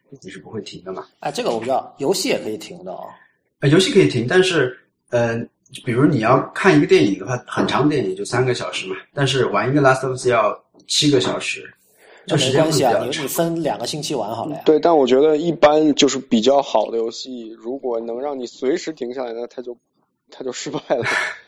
你是不会停的嘛。 啊，这个我不知道，游戏也可以停的哦。 呃，游戏可以停，但是呃，比如你要看一个电影的话，很长的电影就三个小时嘛，但是玩一个 Last of Us 要七个小时， 这没关系啊，你你你分两个星期玩好了呀。 对，但我觉得一般就是比较好的游戏，如果能让你随时停下来呢，它就它就失败了。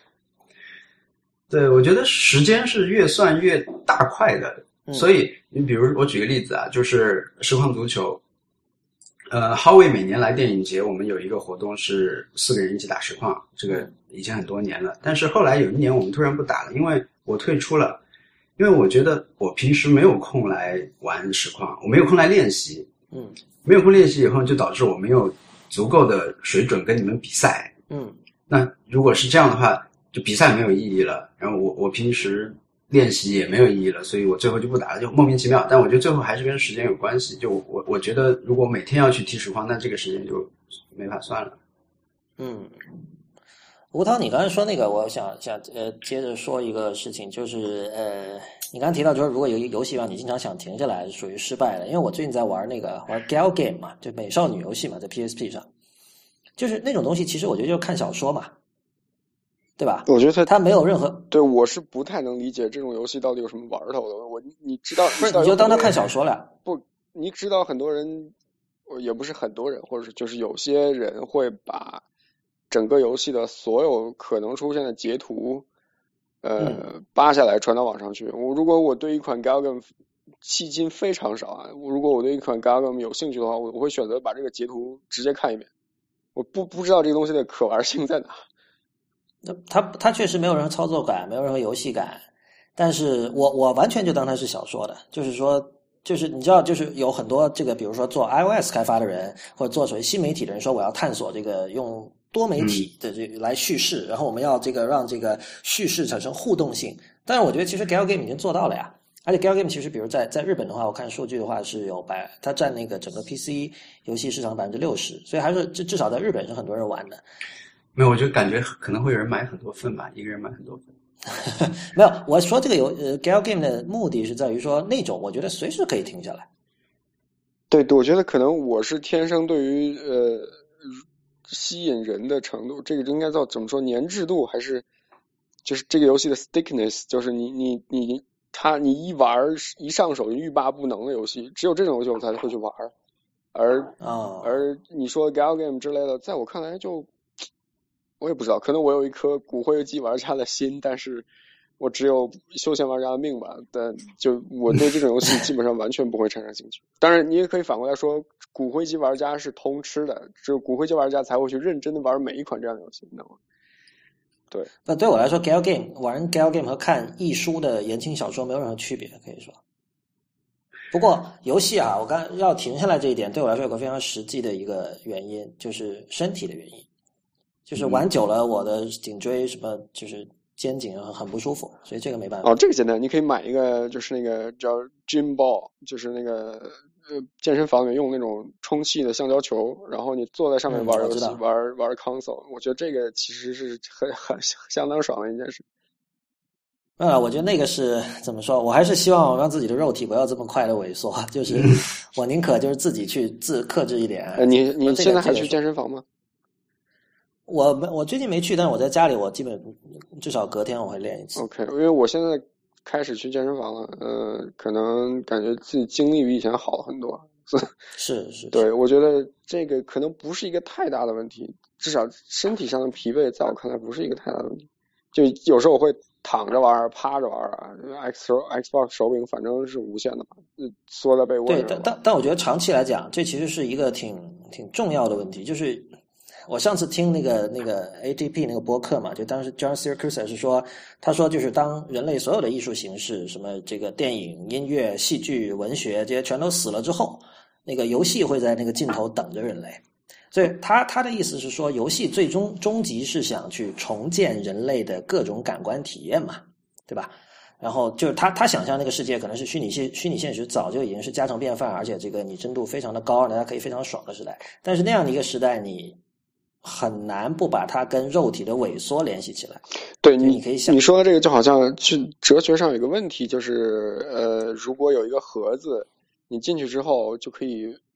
对，我觉得时间是越算越大块的， 嗯、 所以你比如我举个例子啊，就是实况足球。呃 Huawei 每年来电影节，我们有一个活动是四个人一起打实况，这个已经很多年了。但是后来有一年我们突然不打了，因为我退出了，因为我觉得我平时没有空来玩实况，我没有空来练习， 嗯， 没有空练习以后，就导致我没有足够的水准跟你们比赛， 嗯， 那如果是这样的话，就比赛没有意义了，然后我我平时练习也没有意义了，所以我最后就不打了，就莫名其妙。但我觉得最后还是跟时间有关系。就我我觉得，如果每天要去踢实况，那这个时间就没法算了。 嗯，吴涛，你刚才说那个，我想想呃，接着说一个事情，就是呃，你刚才提到，就是如果有一个游戏让你经常想停下来，是属于失败的。因为我最近在玩那个玩 Gal Game 嘛，就美少女游戏嘛，在 P S P 上，就是那种东西，其实我觉得就是看小说嘛。对吧？ 我觉得他他没有任何对我是不太能理解这种游戏到底有什么玩头的。我你知道， 不是你就当他看小说了。 不，你知道很多人，也不是很多人，或者是就是有些人会把整个游戏的所有可能出现的截图，呃， 嗯、 扒下来传到网上去。我如果我对一款 Galgame 迄今非常少啊，如果我对一款 Galgame 有兴趣的话，我我会选择把这个截图直接看一遍。我不不知道这个东西的可玩性在哪。 它它确实没有任何操作感，没有任何游戏感，但是我我完全就当它是小说的，就是说，就是你知道，就是有很多这个，比如说做 iOS 开发的人，或者做所谓新媒体的人说，我要探索这个用多媒体的这个来叙事，然后我们要这个让这个叙事产生互动性。但是我觉得其实 Gal Game 已经做到了呀，而且 Gal Game 其实比如在在日本的话，我看数据的话是有百，它占那个整个 P C 游戏市场百分之六十，所以还是至至少在日本是很多人玩的。 没有，我就感觉可能会有人买很多份吧，一个人买很多份。 没有，我说这个游呃 Gal Game 的目的是在于说那种我觉得随时可以停下来。 对，我觉得可能我是天生对于呃吸引人的程度，这个应该叫怎么说，粘滞度还是就是这个游戏的 stickiness， 就是你你你他你一玩一上手就欲罢不能的游戏，只有这种游戏我才会去玩。而、 哦、 而你说 Gal Game 之类的，在我看来就。我也不知道，可能我有一颗骨灰级玩家的心，但是我只有休闲玩家的命吧。但就我对这种游戏基本上完全不会产生兴趣。当然，你也可以反过来说，骨灰级玩家是通吃的，只有骨灰级玩家才会去认真的玩每一款这样的游戏，你知道吗？对。 那对我来说 ，Gal Game 玩 Gal Game 和看一书的言情小说没有任何区别，可以说。不过游戏啊，我刚要停下来这一点，对我来说有个非常实际的一个原因，就是身体的原因。就是玩久了，我的颈椎什么就是肩颈很不舒服，所以这个没办法。 哦，这个简单，你可以买一个，就是那个叫 Gym Ball， 就是那个呃健身房里用那种充气的橡胶球，然后你坐在上面玩游戏，嗯、玩玩 console。我觉得这个其实是很很相当爽的一件事。 啊、嗯，我觉得那个是怎么说？我还是希望让自己的肉体不要这么快的萎缩，就是我宁可就是自己去自克制一点。 呃、你你现在还去健身房吗？ 我我最近没去，但是我在家里，我基本至少隔天我会练一次。 OK， 因为我现在开始去健身房了，呃，可能感觉自己精力比以前好了很多。 是是， 对，我觉得这个可能不是一个太大的问题，至少身体上的疲惫，在我看来不是一个太大的问题。就有时候我会躺着玩，趴着玩啊 ，X Xbox 手柄反正是无限的嘛，缩在被窝。 对，但但但我觉得长期来讲，这其实是一个挺挺重要的问题，就是。我上次听那个那个 A T P 那个播客嘛，就当时 John Siracusa 是说，他说就是当人类所有的艺术形式，什么这个电影、音乐、戏剧、文学这些全都死了之后，那个游戏会在那个尽头等着人类。所以他他的意思是说，游戏最终终极是想去重建人类的各种感官体验嘛，对吧？然后就是他他想象那个世界可能是虚拟现虚拟现实早就已经是家常便饭，而且这个拟真度非常的高，大家可以非常爽的时代。但是那样的一个时代，你很难不把它跟肉体的萎缩联系起来。 对， 你可以想， 你说的这个就好像是哲学上有一个问题，就是呃，如果有一个盒子，你进去之后就可以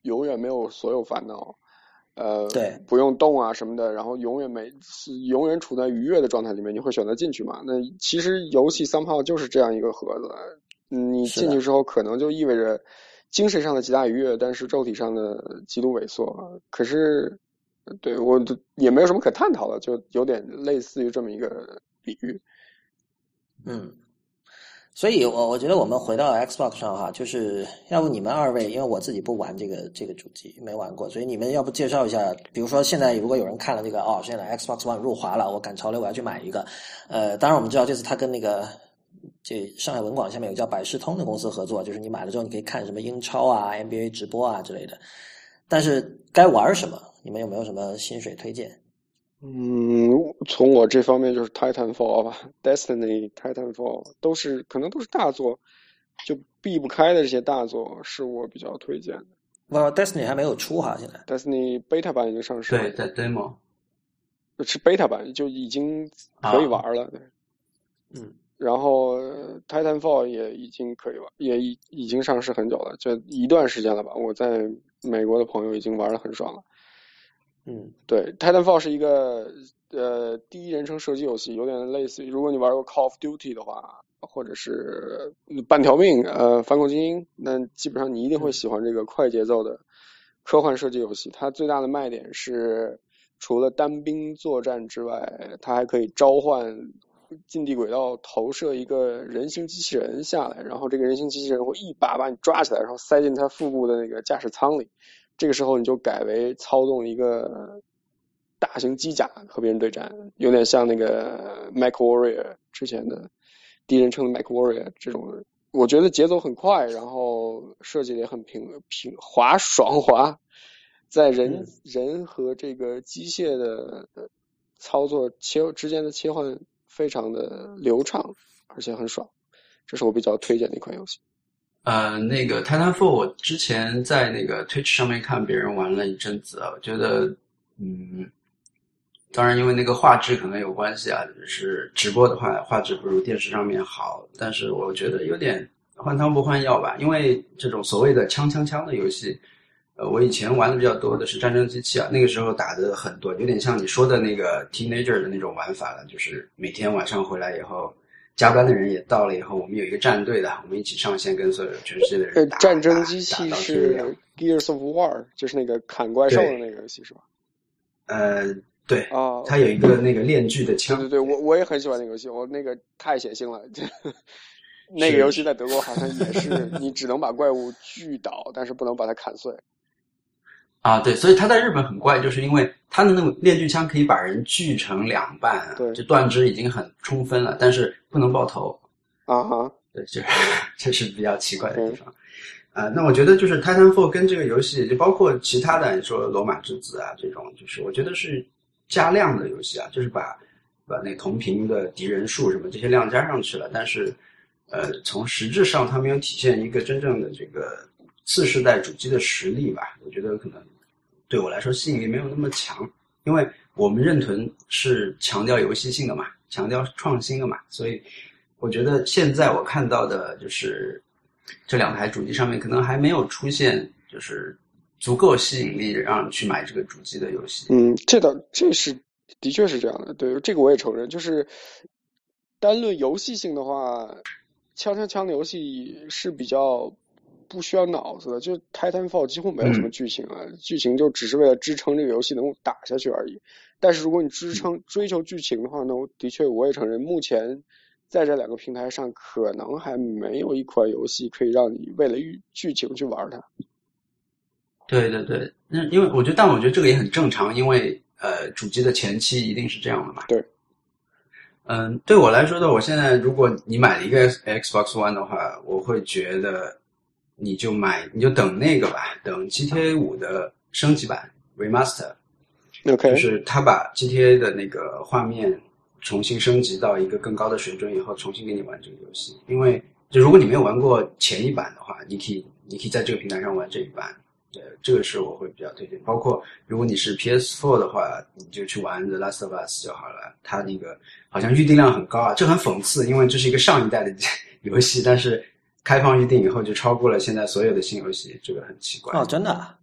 永远没有所有烦恼，呃， 对， 不用动啊什么的，然后永远没永远处在愉悦的状态里面，你会选择进去吗？那其实游戏 somehow 就是这样一个盒子，你进去之后可能就意味着精神上的极大愉悦，但是肉体上的极度萎缩。可是，对我也没有什么可探讨的，就有点类似于这么一个比喻。 嗯。所以我我觉得我们回到 Xbox 上哈，就是要不你们二位，因为我自己不玩这个这个主机，没玩过，所以你们要不介绍一下，比如说现在如果有人看了这个哦，现在 Xbox One 入华了，我赶潮流我要去买一个，呃，当然我们知道这次他跟那个这上海文广下面有个叫百视通的公司合作，就是你买了之后你可以看什么英超啊、N B A 直播啊之类的，但是该玩什么，你们有没有什么薪水推荐？ 嗯，从我这方面就是 Titanfall 吧 ，Destiny、Titanfall 都是可能都是大作，就避不开的这些大作是我比较推荐的。 哇 ，Destiny 还没有出哈，现在 Destiny Beta 版已经上市了， 对，在 Demo 是 Beta 版就已经可以玩了，对， 嗯， 然后 Titanfall 也已经可以玩，也已已经上市很久了，就一段时间了吧。我在美国的朋友已经玩得很爽了。 嗯， 对 ，Titanfall 是一个呃第一人称射击游戏，有点类似于如果你玩过 Call of Duty 的话，或者是半条命呃反恐精英，那基本上你一定会喜欢这个快节奏的科幻射击游戏。它最大的卖点是除了单兵作战之外，它还可以召唤近地轨道投射一个人形机器人下来，然后这个人形机器人会一把把你抓起来，然后塞进它腹部的那个驾驶舱里。这个时候你就改为操纵一个大型机甲和别人对战，有点像那个 MechWarrior 之前的第一人称的 MechWarrior 这种。我觉得节奏很快，然后设计也很平平滑爽滑，在人、嗯、人和这个机械的操作切之间的切换非常的流畅，而且很爽。这是我比较推荐的一款游戏。 呃，那个 Titanfall 我之前在那个 Twitch 上面看别人玩了一阵子啊，我觉得，嗯，当然因为那个画质可能有关系啊，就是直播的话画质不如电视上面好，但是我觉得有点换汤不换药吧，因为这种所谓的枪枪枪的游戏，呃，我以前玩的比较多的是战争机器啊，那个时候打的很多，有点像你说的那个 teenager 的那种玩法了，就是每天晚上回来以后。加班的人也到了以后，我们有一个战队的，我们一起上线跟所有全世界的人打。 战争机器是 Gears of War， 就是那个砍怪兽的那个游戏是吧？ 呃，对， 哦， 它有一个那个链锯的枪。 对对对，我我也很喜欢那个游戏，我那个太血腥了。那个游戏在德国好像也是，你只能把怪物锯倒，但是不能把它砍碎。 啊，对，所以他在日本很怪，就是因为他的那种链锯枪可以把人锯成两半， 对， 就断肢已经很充分了，但是不能爆头。 啊哈， 对，这这是比较奇怪的地方。啊、呃，那我觉得就是 Titanfall 跟这个游戏，就包括其他的，你说罗马之子啊这种，就是我觉得是加量的游戏啊，就是把把那同屏的敌人数什么这些量加上去了，但是呃，从实质上它没有体现一个真正的这个次世代主机的实力吧，我觉得可能。对我来说吸引力没有那么强，因为我们认屯是强调游戏性的嘛，强调创新的嘛，所以我觉得现在我看到的就是这两台主机上面可能还没有出现就是足够吸引力让你去买这个主机的游戏。 嗯，这倒这是的确是这样的，对，这个我也承认，就是单论游戏性的话，枪枪枪的游戏是比较。不需要脑子的，就 Titanfall 几乎没有什么剧情啊，嗯、剧情就只是为了支撑这个游戏能够打下去而已。但是如果你支撑追求剧情的话呢，的确我也承认，目前在这两个平台上可能还没有一款游戏可以让你为了剧情去玩它。 对对对，那因为我觉得，但我觉得这个也很正常，因为呃，主机的前期一定是这样的嘛。 对。 嗯，对我来说的，我现在如果你买了一个 Xbox One 的话，我会觉得。你就买，你就等那个吧，等 G T A 五的升级版 Remaster，OK， 就是他把 G T A 的那个画面重新升级到一个更高的水准以后，重新给你玩这个游戏。因为就如果你没有玩过前一版的话，你可以你可以在这个平台上玩这一版，对，这个是我会比较推荐。包括如果你是 P S 四 的话，你就去玩 The Last of Us 就好了。它那个好像预订量很高啊，这很讽刺，因为这是一个上一代的游戏，但是。开放预定以后就超过了现在所有的新游戏，这个很奇怪。 哦，真的啊？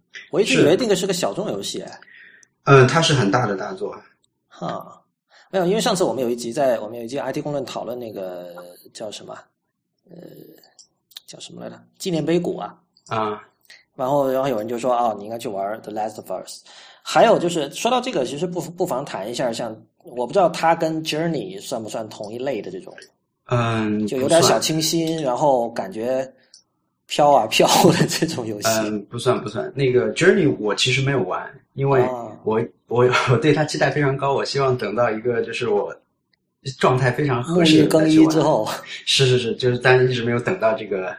我一直以为那个是个小众游戏。 嗯，它是很大的大作。 哈，没有，因为上次我们有一集在我们有一集 I T 公论讨论那个叫什么，呃，叫什么来着？纪念碑谷啊。 啊。 然后，然后有人就说：“哦，你应该去玩 The Last of Us。”还有就是说到这个，其实不不妨谈一下，像我不知道它跟 Journey 算不算同一类的这种， 嗯， 就有点小清新，然后感觉飘啊飘的这种游戏。 嗯，不算不算。那个 Journey 我其实没有玩，因为我、哦、我我对它期待非常高，我希望等到一个就是我状态非常合适的沐浴更衣之后， 是是是，就是但一直没有等到这个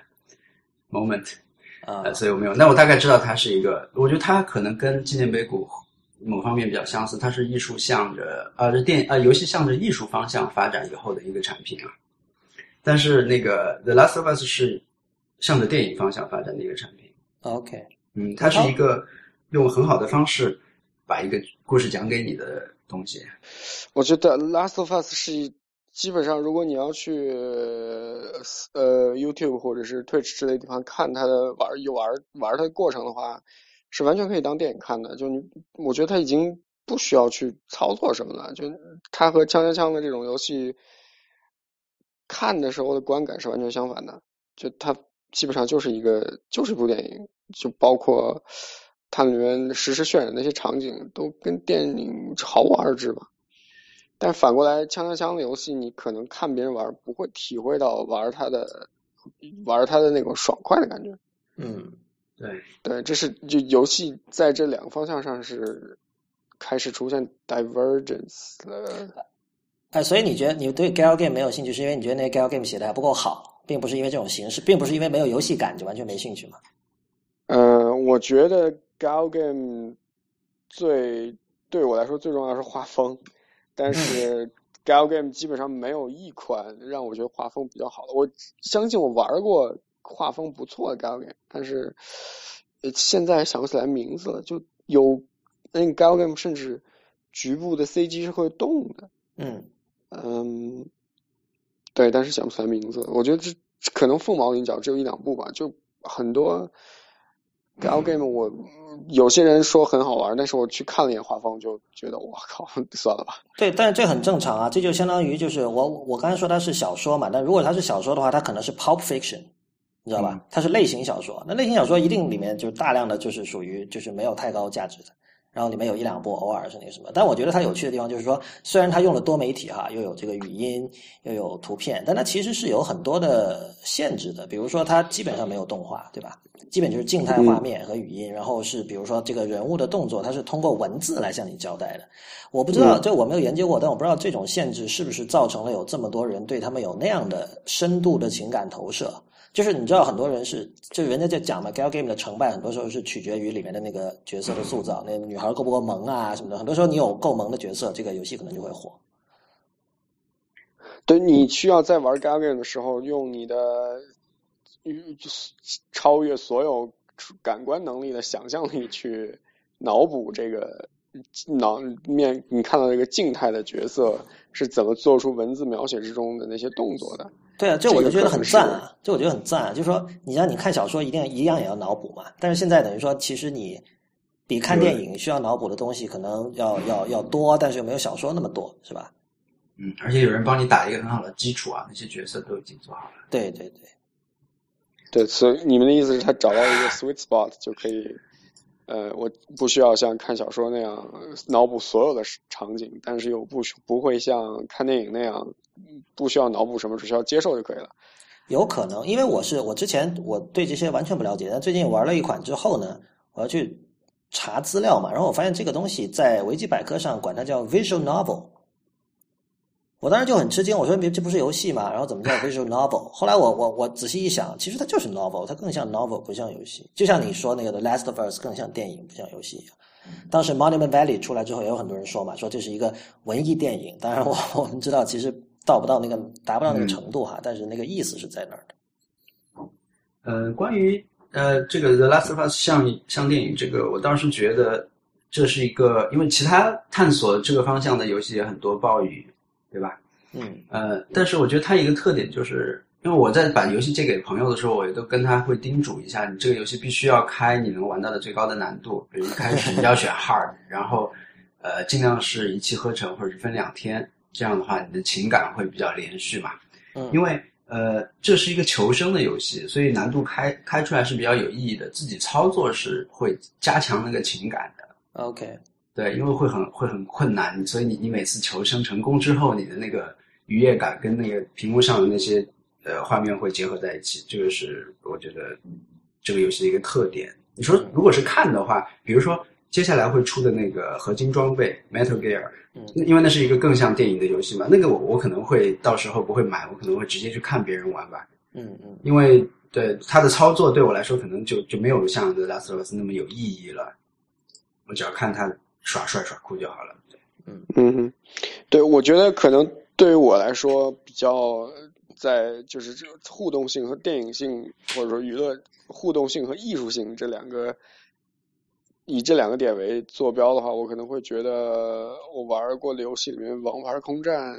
moment。 啊、 呃，所以我没有。那我大概知道它是一个，我觉得它可能跟纪念碑谷某方面比较相似，它是艺术向着呃电呃游戏向着艺术方向发展以后的一个产品啊。但是那个 The Last of Us 是向着电影方向发展的一个产品。 OK， 嗯，它是一个用很好的方式把一个故事讲给你的东西。 我觉得 Last of Us 是基本上，如果你要去呃 YouTube 或者是 Twitch 之类的地方看它的玩有玩玩它的过程的话，是完全可以当电影看的。就你，我觉得它已经不需要去操作什么了。就它和枪枪枪的这种游戏看的时候的观感是完全相反的。就它基本上就是一个就是一部电影，就包括它里面实时渲染的那些场景都跟电影毫无二致吧。但反过来，枪枪枪的游戏，你可能看别人玩，不会体会到玩它的玩它的那种爽快的感觉。 嗯， 对对，这是就游戏在这两个方向上是开始出现 divergence 了。 哎，所以你觉得你对 Gal Game 没有兴趣，是因为你觉得那个 Gal Game 写的还不够好，并不是因为这种形式，并不是因为没有游戏感就完全没兴趣嘛？ 呃，我觉得 Gal Game 最对我来说最重要是画风。但是 Gal Game 基本上没有一款让我觉得画风比较好的。我相信我玩过画风不错的 Gal Game， 但是现在想不起来名字了。就有那个 Gal Game 甚至局部的 C G 是会动的。 嗯嗯，对，但是想不起来名字。我觉得这可能凤毛麟角，只有一两部吧。就很多 Gal Game 我有些人说很好玩，但是我去看了一眼画风就觉得我靠，算了吧。 对，但是这很正常啊，这就相当于就是我我刚才说它是小说嘛，但如果它是小说的话，它可能是 pulp fiction， 你知道吧？嗯、它是类型小说，那类型小说一定里面就是大量的就是属于就是没有太高价值的，然后里面有一两部偶尔是那个什么。但我觉得它有趣的地方就是说，虽然它用了多媒体哈，又有这个语音又有图片，但它其实是有很多的限制的，比如说它基本上没有动画，对吧？基本就是静态画面和语音，嗯、然后是比如说这个人物的动作，它是通过文字来向你交代的。我不知道，这我没有研究过，但我不知道这种限制是不是造成了有这么多人对他们有那样的深度的情感投射。就是你知道很多人是，就人家在讲嘛 ，Gal Game 的成败很多时候是取决于里面的那个角色的塑造，那女孩够不够萌啊什么的。很多时候你有够萌的角色，这个游戏可能就会火。 对，你需要在玩 Gal Game 的时候用你的超越所有感官能力的想象力去脑补这个脑面你看到这个静态的角色是怎么做出文字描写之中的那些动作的。 对啊，这我就觉得很赞啊，这我觉得很赞啊。就是说，你让你看小说一定一样也要脑补嘛，但是现在等于说，其实你比看电影需要脑补的东西可能要要要多，但是又没有小说那么多，是吧？ 嗯，而且有人帮你打一个很好的基础啊，那些角色都已经做好了。 对对对， 对，所以你们的意思是他找到一个 sweet spot 就可以，呃，我不需要像看小说那样脑补所有的场景，但是又不不会像看电影那样不需要脑补什么，只需要接受就可以了。 有可能，因为我是我之前我对这些完全不了解，但最近玩了一款之后呢，我要去查资料嘛，然后我发现这个东西在维基百科上管它叫 visual novel。我当时就很吃惊，我说这不是游戏吗？然后怎么叫 visual novel？ 后来我我我仔细一想，其实它就是 novel， 它更像 novel， 不像游戏。就像你说那个 The Last of Us 更像电影，不像游戏一样。当时 Monument Valley 出来之后，也有很多人说嘛，说这是一个文艺电影。当然我我们知道，其实到不到那个达不到那个程度哈，嗯、但是那个意思是在那儿的。 呃，关于呃这个 The Last of Us 像像电影这个，我倒是觉得这是一个，因为其他探索这个方向的游戏也很多，暴雨。对吧？ 嗯， 呃，但是我觉得它一个特点就是， 因为我在把游戏借给朋友的时候，我也都跟他会叮嘱一下，你这个游戏必须要开你能玩到的最高的难度，比如一开始你要选 hard， 然后呃尽量是一气呵成或者是分两天，这样的话你的情感会比较连续嘛。 嗯， 因为呃这是一个求生的游戏，所以难度开开出来是比较有意义的，自己操作是会加强那个情感的。 OK， 对，因为会很会很困难，所以你你每次求生成功之后，你的那个愉悦感跟那个屏幕上的那些呃画面会结合在一起，这个是我觉得这个游戏的一个特点。你说如果是看的话，比如说接下来会出的那个合金装备 Metal Gear， 嗯， 因为那是一个更像电影的游戏嘛，那个我我可能会到时候不会买，我可能会直接去看别人玩吧。 嗯嗯， 因为对它的操作对我来说可能就就没有像 The Last of Us 那么有意义了，我只要看它耍帅耍酷就好了。 嗯嗯，对，我觉得可能对于我来说比较在就是这个互动性和电影性，或者说娱乐互动性和艺术性这两个，以这两个点为坐标的话，我可能会觉得我玩过的游戏里面《王牌空战》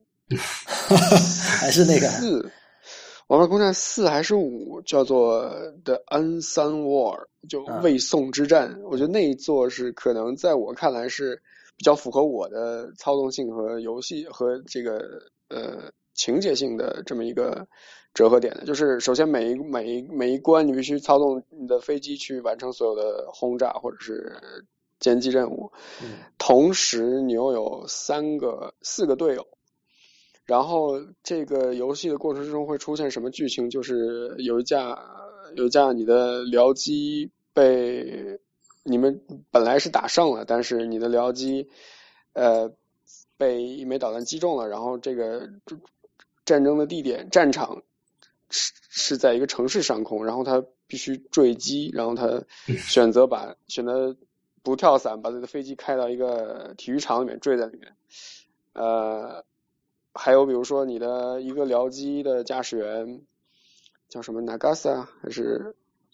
还是那个四，《王牌空战》四还是五，叫做 The Unsung War， 就未送之战。啊、我觉得那一座是可能在我看来是比较符合我的操纵性和游戏和这个呃情节性的这么一个折合点的。就是首先每一每一每一关你必须操纵你的飞机去完成所有的轰炸或者是歼击任务， 嗯、 同时你又有三个四个队友。然后这个游戏的过程之中会出现什么剧情？就是有一架有一架你的僚机被你们本来是打胜了，但是你的僚机呃被一枚导弹击中了，然后这个战争的地点战场是是在一个城市上空，然后他必须坠机，然后他选择把选择不跳伞，把自己的飞机开到一个体育场里面坠在里面，呃。还有比如说你的一个僚机的驾驶员叫什么 Nagasa 还是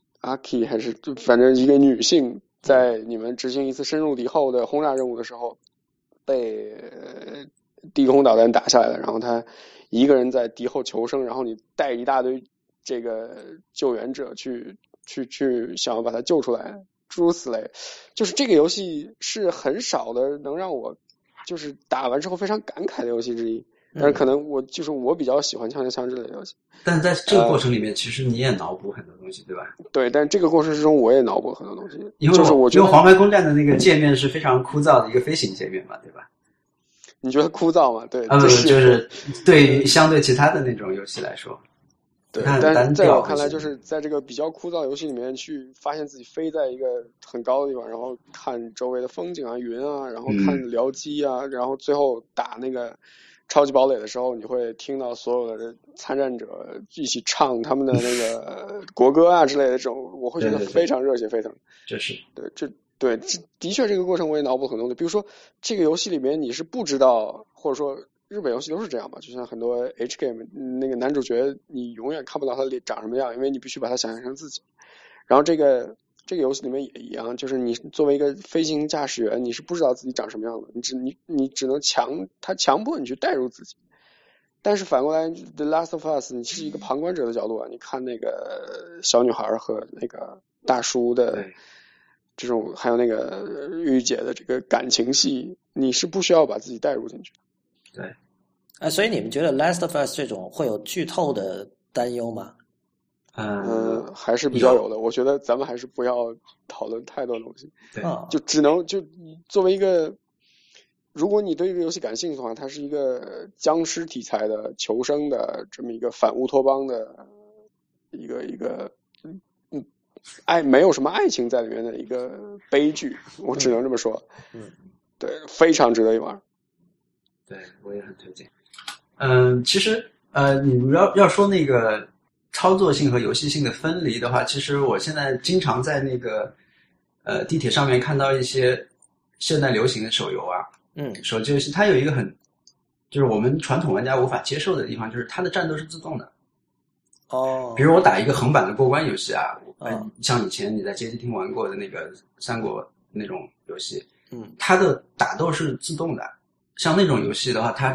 Aki 还是反正一个女性，在你们执行一次深入敌后的轰炸任务的时候被低空导弹打下来了，然后她一个人在敌后求生，然后你带一大堆这个救援者去去去想要把她救出来，诸如此类。就是这个游戏是很少的能让我就是打完之后非常感慨的游戏之一。但是可能我就是我比较喜欢枪枪枪之类的游戏， 但在这个过程里面，呃、其实你也脑补很多东西，对吧？ 对，但这个过程之中我也脑补很多东西， 因为就是我觉得因为黄牌空战的那个界面是非常枯燥的一个飞行界面嘛，对吧？ 你觉得枯燥吗？对， 呃，就是对于相对其他的那种游戏来说， 对，但在我看来，就是在这个比较枯燥的游戏里面去发现自己飞在一个很高的地方，然后看周围的风景啊、云啊，然后看僚机啊，嗯、然后最后打那个超级堡垒的时候，你会听到所有的参战者一起唱他们的那个国歌啊之类的这种，我会觉得非常热血沸腾。 这是对，这对这的确这个过程我也脑补很多的，比如说这个游戏里面你是不知道，或者说日本游戏都是这样嘛，就像很多 H game 那个男主角你永远看不到他脸长什么样，因为你必须把他想象成自己。然后这个这个游戏里面也一样，就是你作为一个飞行驾驶员，你是不知道自己长什么样的，你只你你只能强他强迫你去代入自己。但是反过来 The Last of Us 你是一个旁观者的角度啊，你看那个小女孩和那个大叔的这种，还有那个御姐的这个感情戏，你是不需要把自己代入进去的。 对， 哎，所以你们觉得 Last of Us 这种会有剧透的担忧吗？ 嗯、 呃，还是比较有的。我觉得咱们还是不要讨论太多东西， 对， 就只能就作为一个，如果你对这个游戏感兴趣的话，它是一个僵尸题材的求生的这么一个反乌托邦的一个一个，嗯嗯，爱没有什么爱情在里面的一个悲剧，我只能这么说。 嗯， 对，非常值得一玩。 对，我也很推荐。嗯，其实呃，你要要说那个操作性和游戏性的分离的话，其实我现在经常在那个呃地铁上面看到一些现代流行的手游啊， 嗯， 手机游戏，它有一个很就是我们传统玩家无法接受的地方，就是它的战斗是自动的。 哦， 比如我打一个横版的过关游戏啊， 嗯， 像以前你在街机厅玩过的那个三国那种游戏， 嗯， 它的打斗是自动的。像那种游戏的话，它就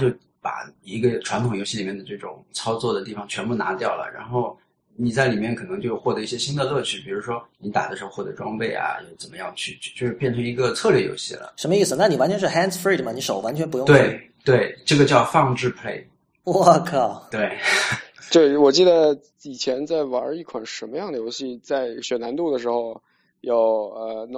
把一个传统游戏里面的这种操作的地方全部拿掉了，然后你在里面可能就获得一些新的乐趣，比如说你打的时候获得装备啊，又怎么样去，就是变成一个策略游戏了。 什么意思？那你完全是 hands free 的嘛？你手完全不用。 对对，这个叫放置 play。 我靠！ 对， 对，我记得以前在玩一款什么样的游戏，在选难度的时候有呃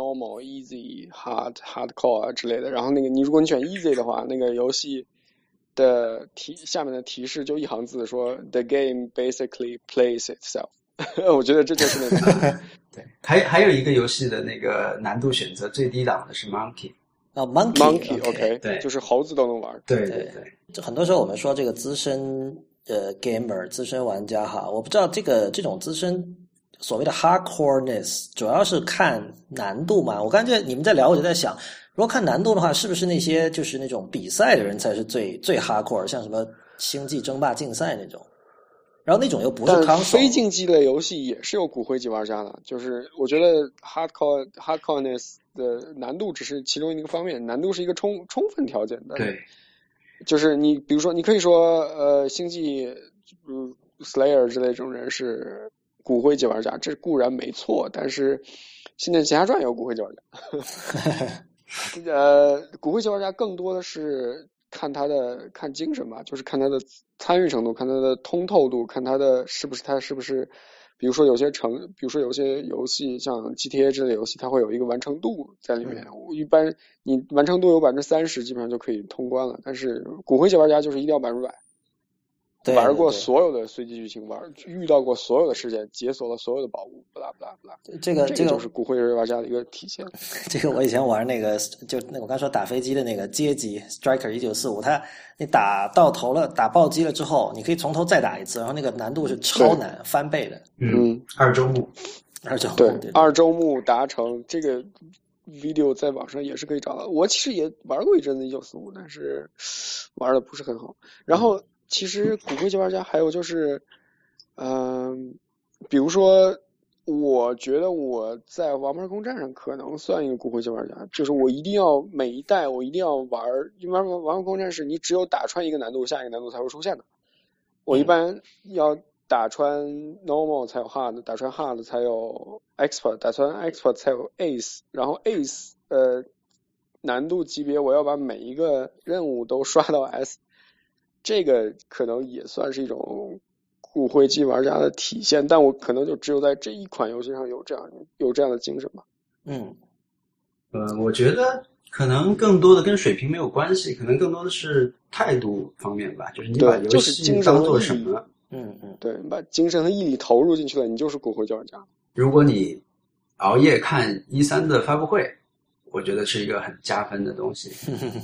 normal、easy、hard、hardcore 啊之类的。然后那个你如果你选 easy 的话，那个游戏的提下面的提示就一行字说 the game basically plays itself 我觉得这就是那个对，还还有一个游戏的那个难度选择最低档的是 monkey 哦 monkey monkey OK， 对，就是猴子都能玩。 对对对， 这很多时候我们说这个资深呃 gamer 资深玩家哈，我不知道这个这种资深所谓的 hardcoreness 主要是看难度嘛？我感觉你们在聊，我就在想，如果看难度的话，是不是那些就是那种比赛的人才是最最 hardcore， 像什么星际争霸竞赛那种？然后那种又不是 console。 但非竞技类游戏也是有骨灰级玩家的，就是我觉得 hardcore hardcoreness 的难度只是其中一个方面，难度是一个充充分条件的。 对， 就是你比如说，你可以说呃，星际嗯 Slayer 之类这种人是骨灰级玩家，这固然没错，但是《仙剑奇侠传》有骨灰级玩家。呃，骨灰级玩家更多的是看他的看精神吧，就是看他的参与程度，看他的通透度，看他的是不是他是不是，比如说有些成，比如说有些游戏像 G T A 之类的游戏，它会有一个完成度在里面。嗯、一般你完成度有百分之三十，基本上就可以通关了。但是骨灰级玩家就是一定要百分之百。玩过所有的随机剧情，玩遇到过所有的事件，解锁了所有的宝物，不啦不啦不啦。 这个这个就是骨灰玩家的一个体现。 这个我以前玩那个，就那我刚说打飞机的那个街机 Striker 一九四五，它你打到头了，打暴击了之后，你可以从头再打一次，然后那个难度是超难，翻倍的。 嗯，二周目， 二周目对， 对对二周目达成这个 video 在网上也是可以找到。我其实也玩过一阵子一九四五，但是玩的不是很好。然后。其实骨灰级玩家还有就是，嗯、呃，比如说，我觉得我在王牌空战上可能算一个骨灰级玩家，就是我一定要每一代我一定要玩，因为王牌空战是你只有打穿一个难度，下一个难度才会出现的。我一般要打穿 normal 才有 hard， 打穿 hard 才有 expert， 打穿 expert 才有 ace， 然后 ace 呃难度级别我要把每一个任务都刷到 S。这个可能也算是一种骨灰级玩家的体现，但我可能就只有在这一款游戏上有这样有这样的精神吧。 嗯， 呃，我觉得可能更多的跟水平没有关系，可能更多的是态度方面吧，就是你把游戏当做什么， 嗯嗯，对，你把精神和毅力投入进去了，你就是骨灰级玩家。 如果你熬夜看一三的发布会，我觉得是一个很加分的东西。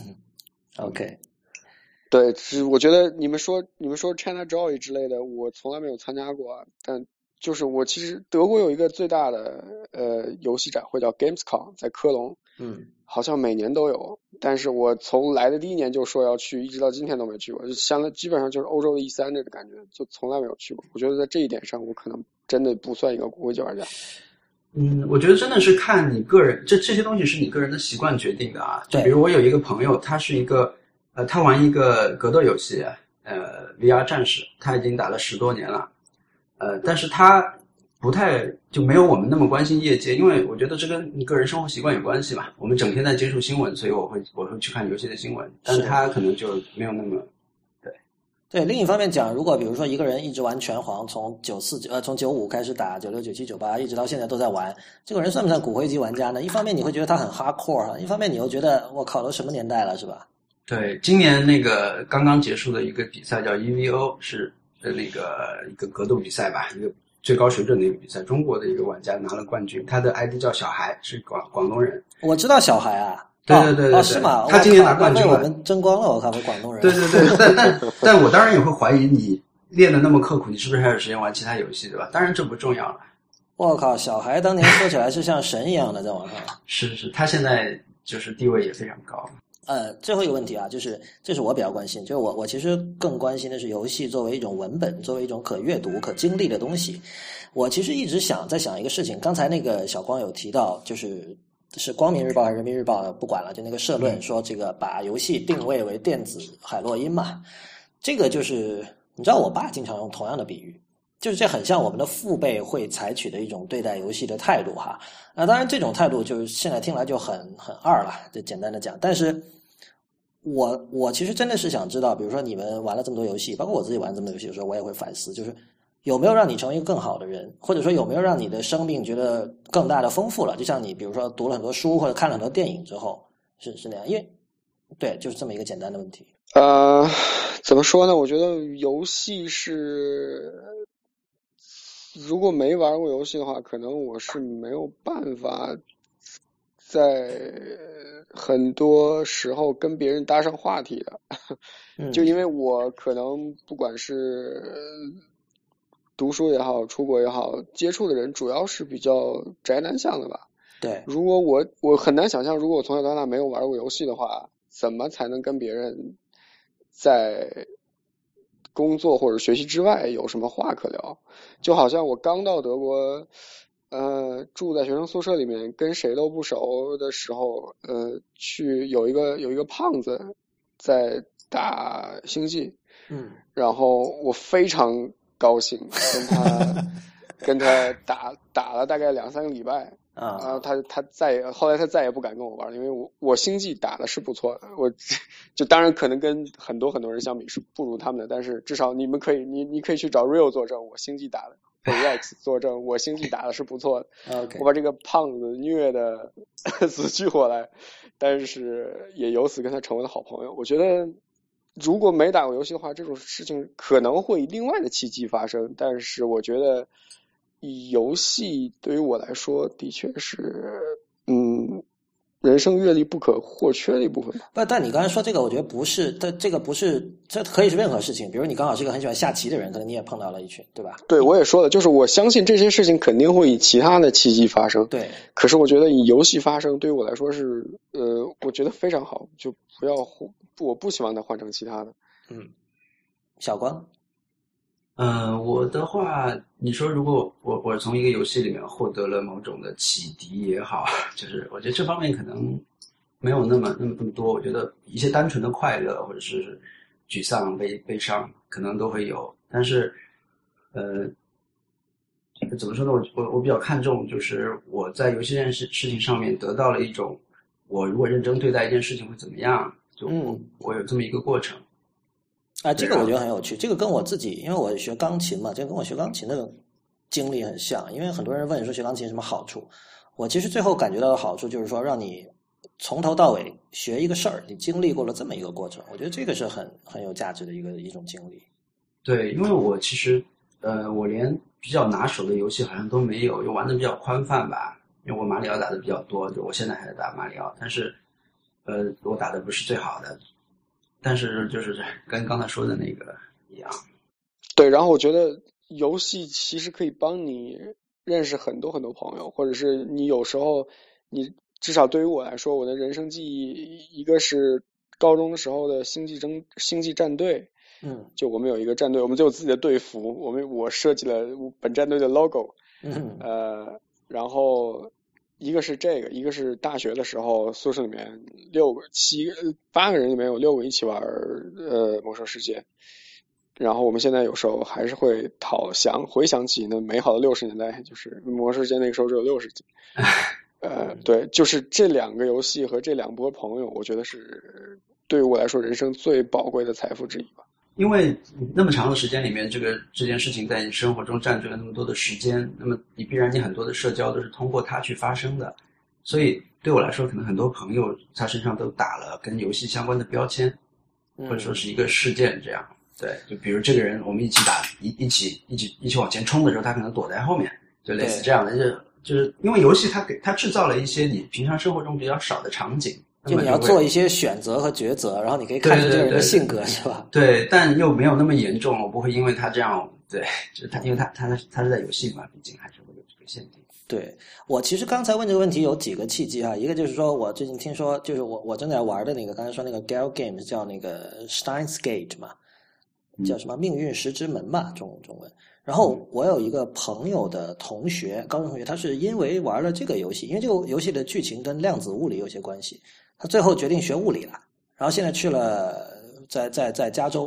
OK。 对，是我觉得你们说你们说 China Joy 之类的，我从来没有参加过，但就是我其实德国有一个最大的呃游戏展会叫 Gamescom， 在科隆， 嗯， 好像每年都有，但是我从来的第一年就说要去，一直到今天都没去过，就相当基本上就是欧洲的 E 三这个感觉，就从来没有去过。我觉得在这一点上，我可能真的不算一个骨灰级玩家。 嗯，我觉得真的是看你个人，这这些东西是你个人的习惯决定的啊。就比如我有一个朋友，他是一个。呃，他玩一个格斗游戏，呃 ，V R 战士，他已经打了十多年了，呃，但是他不太就没有我们那么关心业界，因为我觉得这跟你个人生活习惯有关系嘛。我们整天在接触新闻，所以我会我会去看游戏的新闻，但他可能就没有那么对。 对，另一方面讲，如果比如说一个人一直玩拳皇，从九四呃从九五开始打，九六九七九八一直到现在都在玩，这个人算不算骨灰级玩家呢？一方面你会觉得他很 hardcore 啊，一方面你又觉得我靠，都什么年代了是吧？ 对，今年那个刚刚结束的一个比赛叫 E V O， 是呃那个一个格斗比赛吧，一个最高水准的一个比赛。中国的一个玩家拿了冠军，他的 I D 叫小孩，是广广东人。 我知道小孩啊， 对对对对， 哦，是吗？ 他今年拿冠军了， 我们争光了，我靠，我广东人。 对对对，但但但我当然也会怀疑你练得那么刻苦，你是不是还有时间玩其他游戏，对吧？当然这不重要了。 我靠，小孩当年说起来是像神一样的在网上。 是是，他现在就是地位也非常高。 呃，最后一个问题啊，就是这是我比较关心，就是我我其实更关心的是游戏作为一种文本，作为一种可阅读、可经历的东西。我其实一直想在想一个事情，刚才那个小光有提到，就是是光明日报还是人民日报不管了，就那个社论说这个把游戏定位为电子海洛因嘛。 这个就是你知道，我爸经常用同样的比喻，就是这很像我们的父辈会采取的一种对待游戏的态度哈。那当然，这种态度就是现在听来就很很二了，就简单的讲。但是我我其实真的是想知道，比如说你们玩了这么多游戏，包括我自己玩这么多游戏的时候，我也会反思，就是有没有让你成为一个更好的人，或者说有没有让你的生命觉得更大的丰富了？就像你比如说读了很多书或者看了很多电影之后，是是那样，因为对，就是这么一个简单的问题。 呃，怎么说呢？我觉得游戏是，如果没玩过游戏的话，可能我是没有办法在很多时候跟别人搭上话题的。 嗯， 就因为我可能不管是读书也好，出国也好，接触的人主要是比较宅男向的吧。 对， 如果我我很难想象，如果我从小到大没有玩过游戏的话，怎么才能跟别人在工作或者学习之外有什么话可聊？就好像我刚到德国，呃，住在学生宿舍里面，跟谁都不熟的时候，呃，去有一个有一个胖子在打星际， 嗯， 然后我非常高兴跟他跟他打打了大概两三个礼拜。 啊， 然后他他再也后来他再也不敢跟我玩，因为我我星际打的是不错的，我就当然可能跟很多很多人相比是不如他们的，但是至少你们可以你你可以去找 Real 作证，我星际打的，或者 Rex 作证，我星际打的是不错的。 OK， 我把这个胖子虐的死去活来，但是也由此跟他成为了好朋友。我觉得如果没打过游戏的话，这种事情可能会以另外的契机发生，但是我觉得游戏对于我来说的确是嗯人生阅历不可或缺的一部分。 不，但你刚才说这个，我觉得不是，这这个不是，这可以是任何事情。比如你刚好是一个很喜欢下棋的人，可能你也碰到了一群，对吧？ 对，我也说了，就是我相信这些事情肯定会以其他的契机发生。 对， 可是我觉得以游戏发生，对于我来说是呃，我觉得非常好，就不要我不希望它换成其他的。 嗯，小光。 呃，我的话，你说如果我我从一个游戏里面获得了某种的启迪也好，就是我觉得这方面可能没有那么那么那么多。我觉得一些单纯的快乐或者是沮丧、悲悲伤可能都会有，但是呃，怎么说呢？我我我比较看重就是我在游戏这件事事情上面得到了一种，我如果认真对待一件事情会怎么样？就我、 嗯、 我有这么一个过程。 啊，这个我觉得很有趣。这个跟我自己，因为我学钢琴嘛，这个跟我学钢琴的经历很像。因为很多人问说学钢琴有什么好处，我其实最后感觉到的好处就是说，让你从头到尾学一个事儿，你经历过了这么一个过程，我觉得这个是很很有价值的一个一种经历。 对，因为我其实呃，我连比较拿手的游戏好像都没有，又玩的比较宽泛吧。因为我马里奥打的比较多，就我现在还在打马里奥，但是呃，我打的不是最好的。但是就是跟刚才说的那个一样。 对，然后我觉得游戏其实可以帮你认识很多很多朋友，或者是你有时候你至少对于我来说，我的人生记忆一个是高中的时候的星际争星际战队， 嗯， 就我们有一个战队，我们就有自己的队服，我们我设计了本战队的 logo， 嗯， 呃，然后一个是这个，一个是大学的时候宿舍里面六个七个八个人里面有六个一起玩呃魔兽世界，然后我们现在有时候还是会讨想回想起那美好的六十年代，就是魔兽世界那个时候只有六十级。呃，对，就是这两个游戏和这两波朋友，我觉得是对于我来说人生最宝贵的财富之一吧。 因为那么长的时间里面，这个这件事情在你生活中占据了那么多的时间，那么你必然你很多的社交都是通过它去发生的，所以对我来说，可能很多朋友他身上都打了跟游戏相关的标签，或者说是一个事件这样。对，就比如这个人我们一起打一一起一起一起往前冲的时候，他可能躲在后面，就类似这样的，就是就是因为游戏它给它制造了一些你平常生活中比较少的场景。 就你要做一些选择和抉择，然后你可以看出这个人的性格，是吧？ 对，但又没有那么严重，我不会因为他这样，对，就是他，因为他他他是在游戏嘛，毕竟还是会有这个限定。 对，我其实刚才问这个问题有几个契机哈，一个就是说我最近听说，就是我我正在玩的那个，刚才说那个 Gal Games 叫那个 Steins Gate 嘛，叫什么命运石之门嘛，中中文。然后我有一个朋友的同学，高中同学，他是因为玩了这个游戏，因为这个游戏的剧情跟量子物理有些关系。他最后决定学物理了，然后现在去了在在在加州，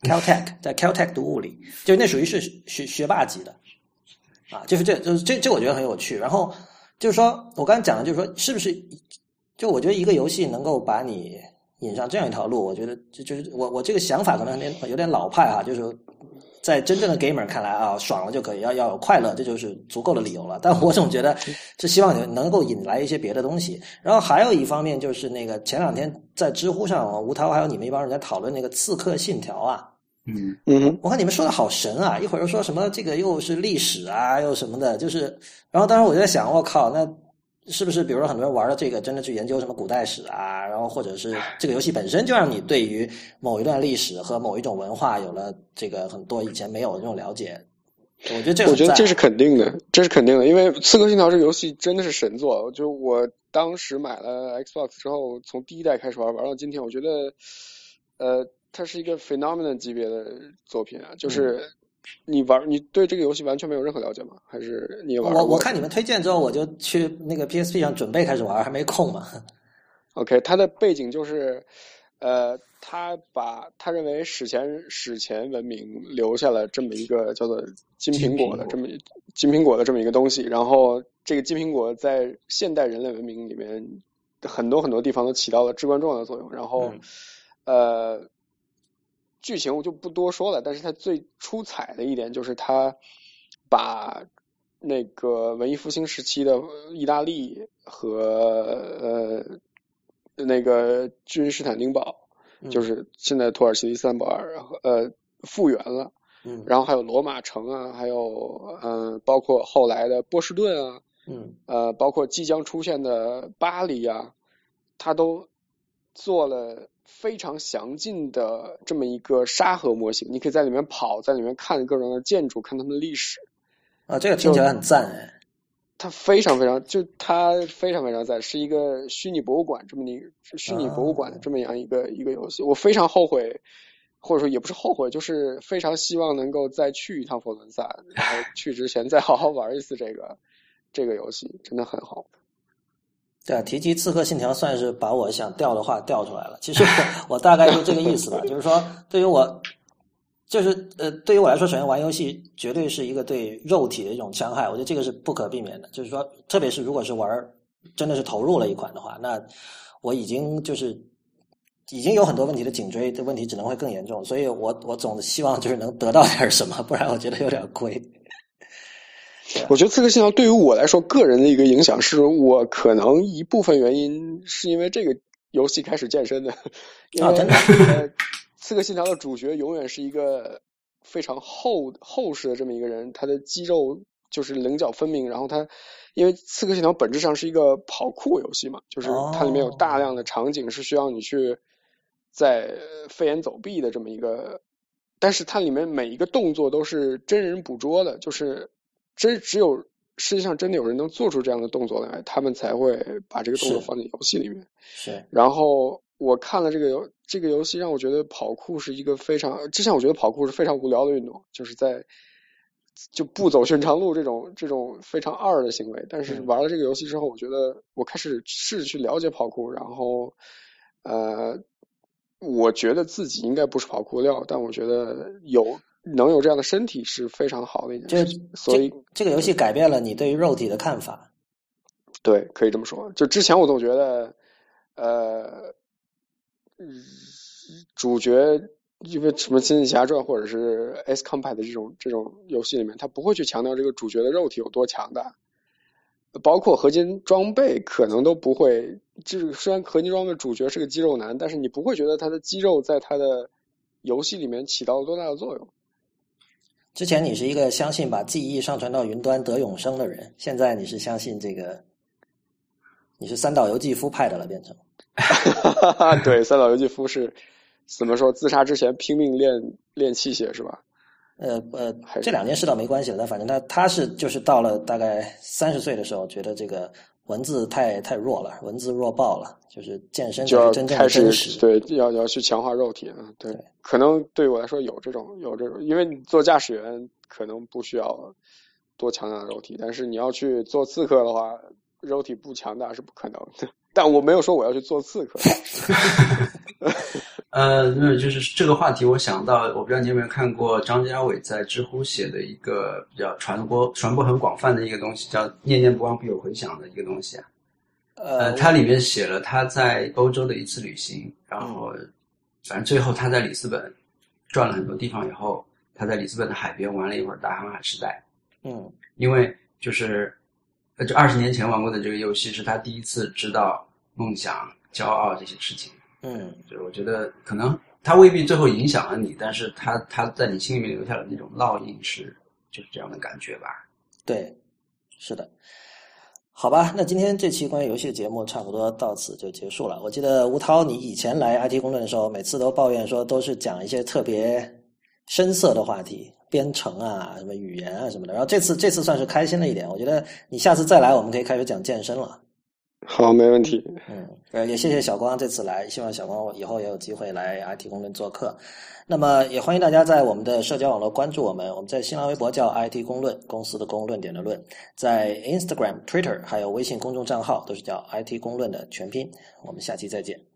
Caltech 在 Caltech 读物理，就那属于是学学霸级的啊，就是这就是这这我觉得很有趣。然后就是说我刚才讲的就是说是不是就我觉得一个游戏能够把你引上这样一条路，我觉得就就是我我这个想法可能有点有点老派哈，就是在真正的 gamer 看来啊，爽了就可以，要要有快乐，这就是足够的理由了。但我总觉得是希望能够引来一些别的东西。然后还有一方面就是那个前两天在知乎上，吴涛还有你们一帮人在讨论那个《刺客信条》啊。 嗯嗯， 我看你们说的好神啊，一会儿又说什么这个又是历史啊，又什么的，就是，然后当时我就在想，我靠，那是不是比如说很多人玩的这个真的去研究什么古代史啊，然后或者是这个游戏本身就让你对于某一段历史和某一种文化有了这个很多以前没有的这种了解。我觉得这个我觉得这是肯定的，这是肯定的，因为《刺客信条》这个游戏真的是神作。就我当时买了 Xbox 之后，从第一代开始玩，玩到今天，我觉得，呃，它是一个 phenomenon 级别的作品啊。就是你玩，你对这个游戏完全没有任何了解吗？还是你也玩过？ 我我看你们推荐之后，我就去那个 P S P 上准备开始玩，还没空嘛。 OK， 它的背景就是，呃，他把他认为史前史前文明留下了这么一个叫做金苹果的这么金苹果的这么一个东西，然后这个金苹果在现代人类文明里面很多很多地方都起到了至关重要的作用。然后，嗯、呃，剧情我就不多说了，但是它最出彩的一点就是他把那个文艺复兴时期的意大利和呃。那个君士坦丁堡，嗯、就是现在土耳其的伊斯坦布尔，呃，复原了。嗯，然后还有罗马城啊，还有嗯、呃，包括后来的波士顿啊，嗯，呃，包括即将出现的巴黎啊，他都做了非常详尽的这么一个沙盒模型，你可以在里面跑，在里面看各种的建筑，看他们的历史。 啊，这个听起来很赞哎。 它非常非常，就它非常非常赞，是一个虚拟博物馆这么一个虚拟博物馆这么样一个、啊、一个游戏。我非常后悔，或者说也不是后悔，就是非常希望能够再去一趟佛罗伦萨，然后去之前再好好玩一次这个这个游戏，真的很好。 对啊，提及《刺客信条》算是把我想调的话调出来了。其实我我大概就这个意思吧，就是说对于我。就是呃，对于我来说，首先玩游戏绝对是一个对肉体的一种戕害，我觉得这个是不可避免的。就是说，特别是如果是玩真的是投入了一款的话，那我已经就是已经有很多问题的颈椎的问题只能会更严重，所以我我总希望就是能得到点什么，不然我觉得有点亏。 我觉得《刺客信条》对于我来说，个人的一个影响是我可能一部分原因是因为这个游戏开始健身的， 啊，真的。 呃刺客信条的主角永远是一个非常厚厚实的这么一个人，他的肌肉就是棱角分明，然后他因为刺客信条本质上是一个跑酷游戏嘛，就是它里面有大量的场景是需要你去在飞檐走壁的这么一个，但是它里面每一个动作都是真人捕捉的，就是真只有世界上真的有人能做出这样的动作来，他们才会把这个动作放进游戏里面。 是， 然后我看了这个游这个游戏，让我觉得跑酷是一个非常，之前我觉得跑酷是非常无聊的运动，就是在就不走寻常路这种这种非常二的行为。但是玩了这个游戏之后，我觉得我开始试着去了解跑酷，然后呃，我觉得自己应该不是跑酷料，但我觉得有能有这样的身体是非常好的一件事情。所以这个游戏改变了你对于肉体的看法。 对，可以这么说。就之前我总觉得，呃。主角因为什么《金翼侠传》或者是 Ace Combat 的这种这种游戏里面，他不会去强调这个主角的肉体有多强大，包括合金装备可能都不会。就是虽然合金装备主角是个肌肉男，但是你不会觉得他的肌肉在他的游戏里面起到了多大的作用。 之前你是一个相信把记忆上传到云端得永生的人，现在你是相信这个，你是三岛由纪夫派的了，变成。 对，三岛由纪夫是怎么说？自杀之前拼命练练器械是吧？ 呃呃，这两件事倒没关系了，但反正他他是就是到了大概三十岁的时候，觉得这个文字太太弱了，文字弱爆了，就是健身就要真正的真实。 对，要要去强化肉体啊。对，对可能对我来说有这种有这种，因为你做驾驶员可能不需要多强大的肉体，但是你要去做刺客的话，肉体不强大是不可能的。但我没有说我要去做刺客。 呃，那就是这个话题，我想到，我不知道你有没有看过张家伟在知乎写的一个比较传播传播很广泛的一个东西，叫"念念不忘必有回响"的一个东西啊。呃，它里面写了他在欧洲的一次旅行，然后反正最后他在里斯本转了很多地方以后，他在里斯本的海边玩了一会儿大航海时代。 嗯， 因为就是呃，这二十年前玩过的这个游戏是他第一次知道梦想、骄傲这些事情。 嗯， 就是我觉得可能他未必最后影响了你，但是他他在你心里面留下的那种烙印是就是这样的感觉吧。 对，是的。好吧，那今天这期关于游戏的节目差不多到此就结束了。我记得吴涛，你以前来 I T 公论的时候，每次都抱怨说都是讲一些特别深色的话题，编程啊、什么语言啊什么的。然后这次这次算是开心了一点，我觉得你下次再来，我们可以开始讲健身了。 好，没问题。 嗯，呃，也谢谢小光这次来，希望小光以后也有机会来 I T 公论做客。那么也欢迎大家在我们的社交网络关注我们，我们在新浪微博叫 I T 公论，公司的公，论点的论，在 Instagram、Twitter 还有微信公众账号都是叫 I T 公论的全拼。我们下期再见。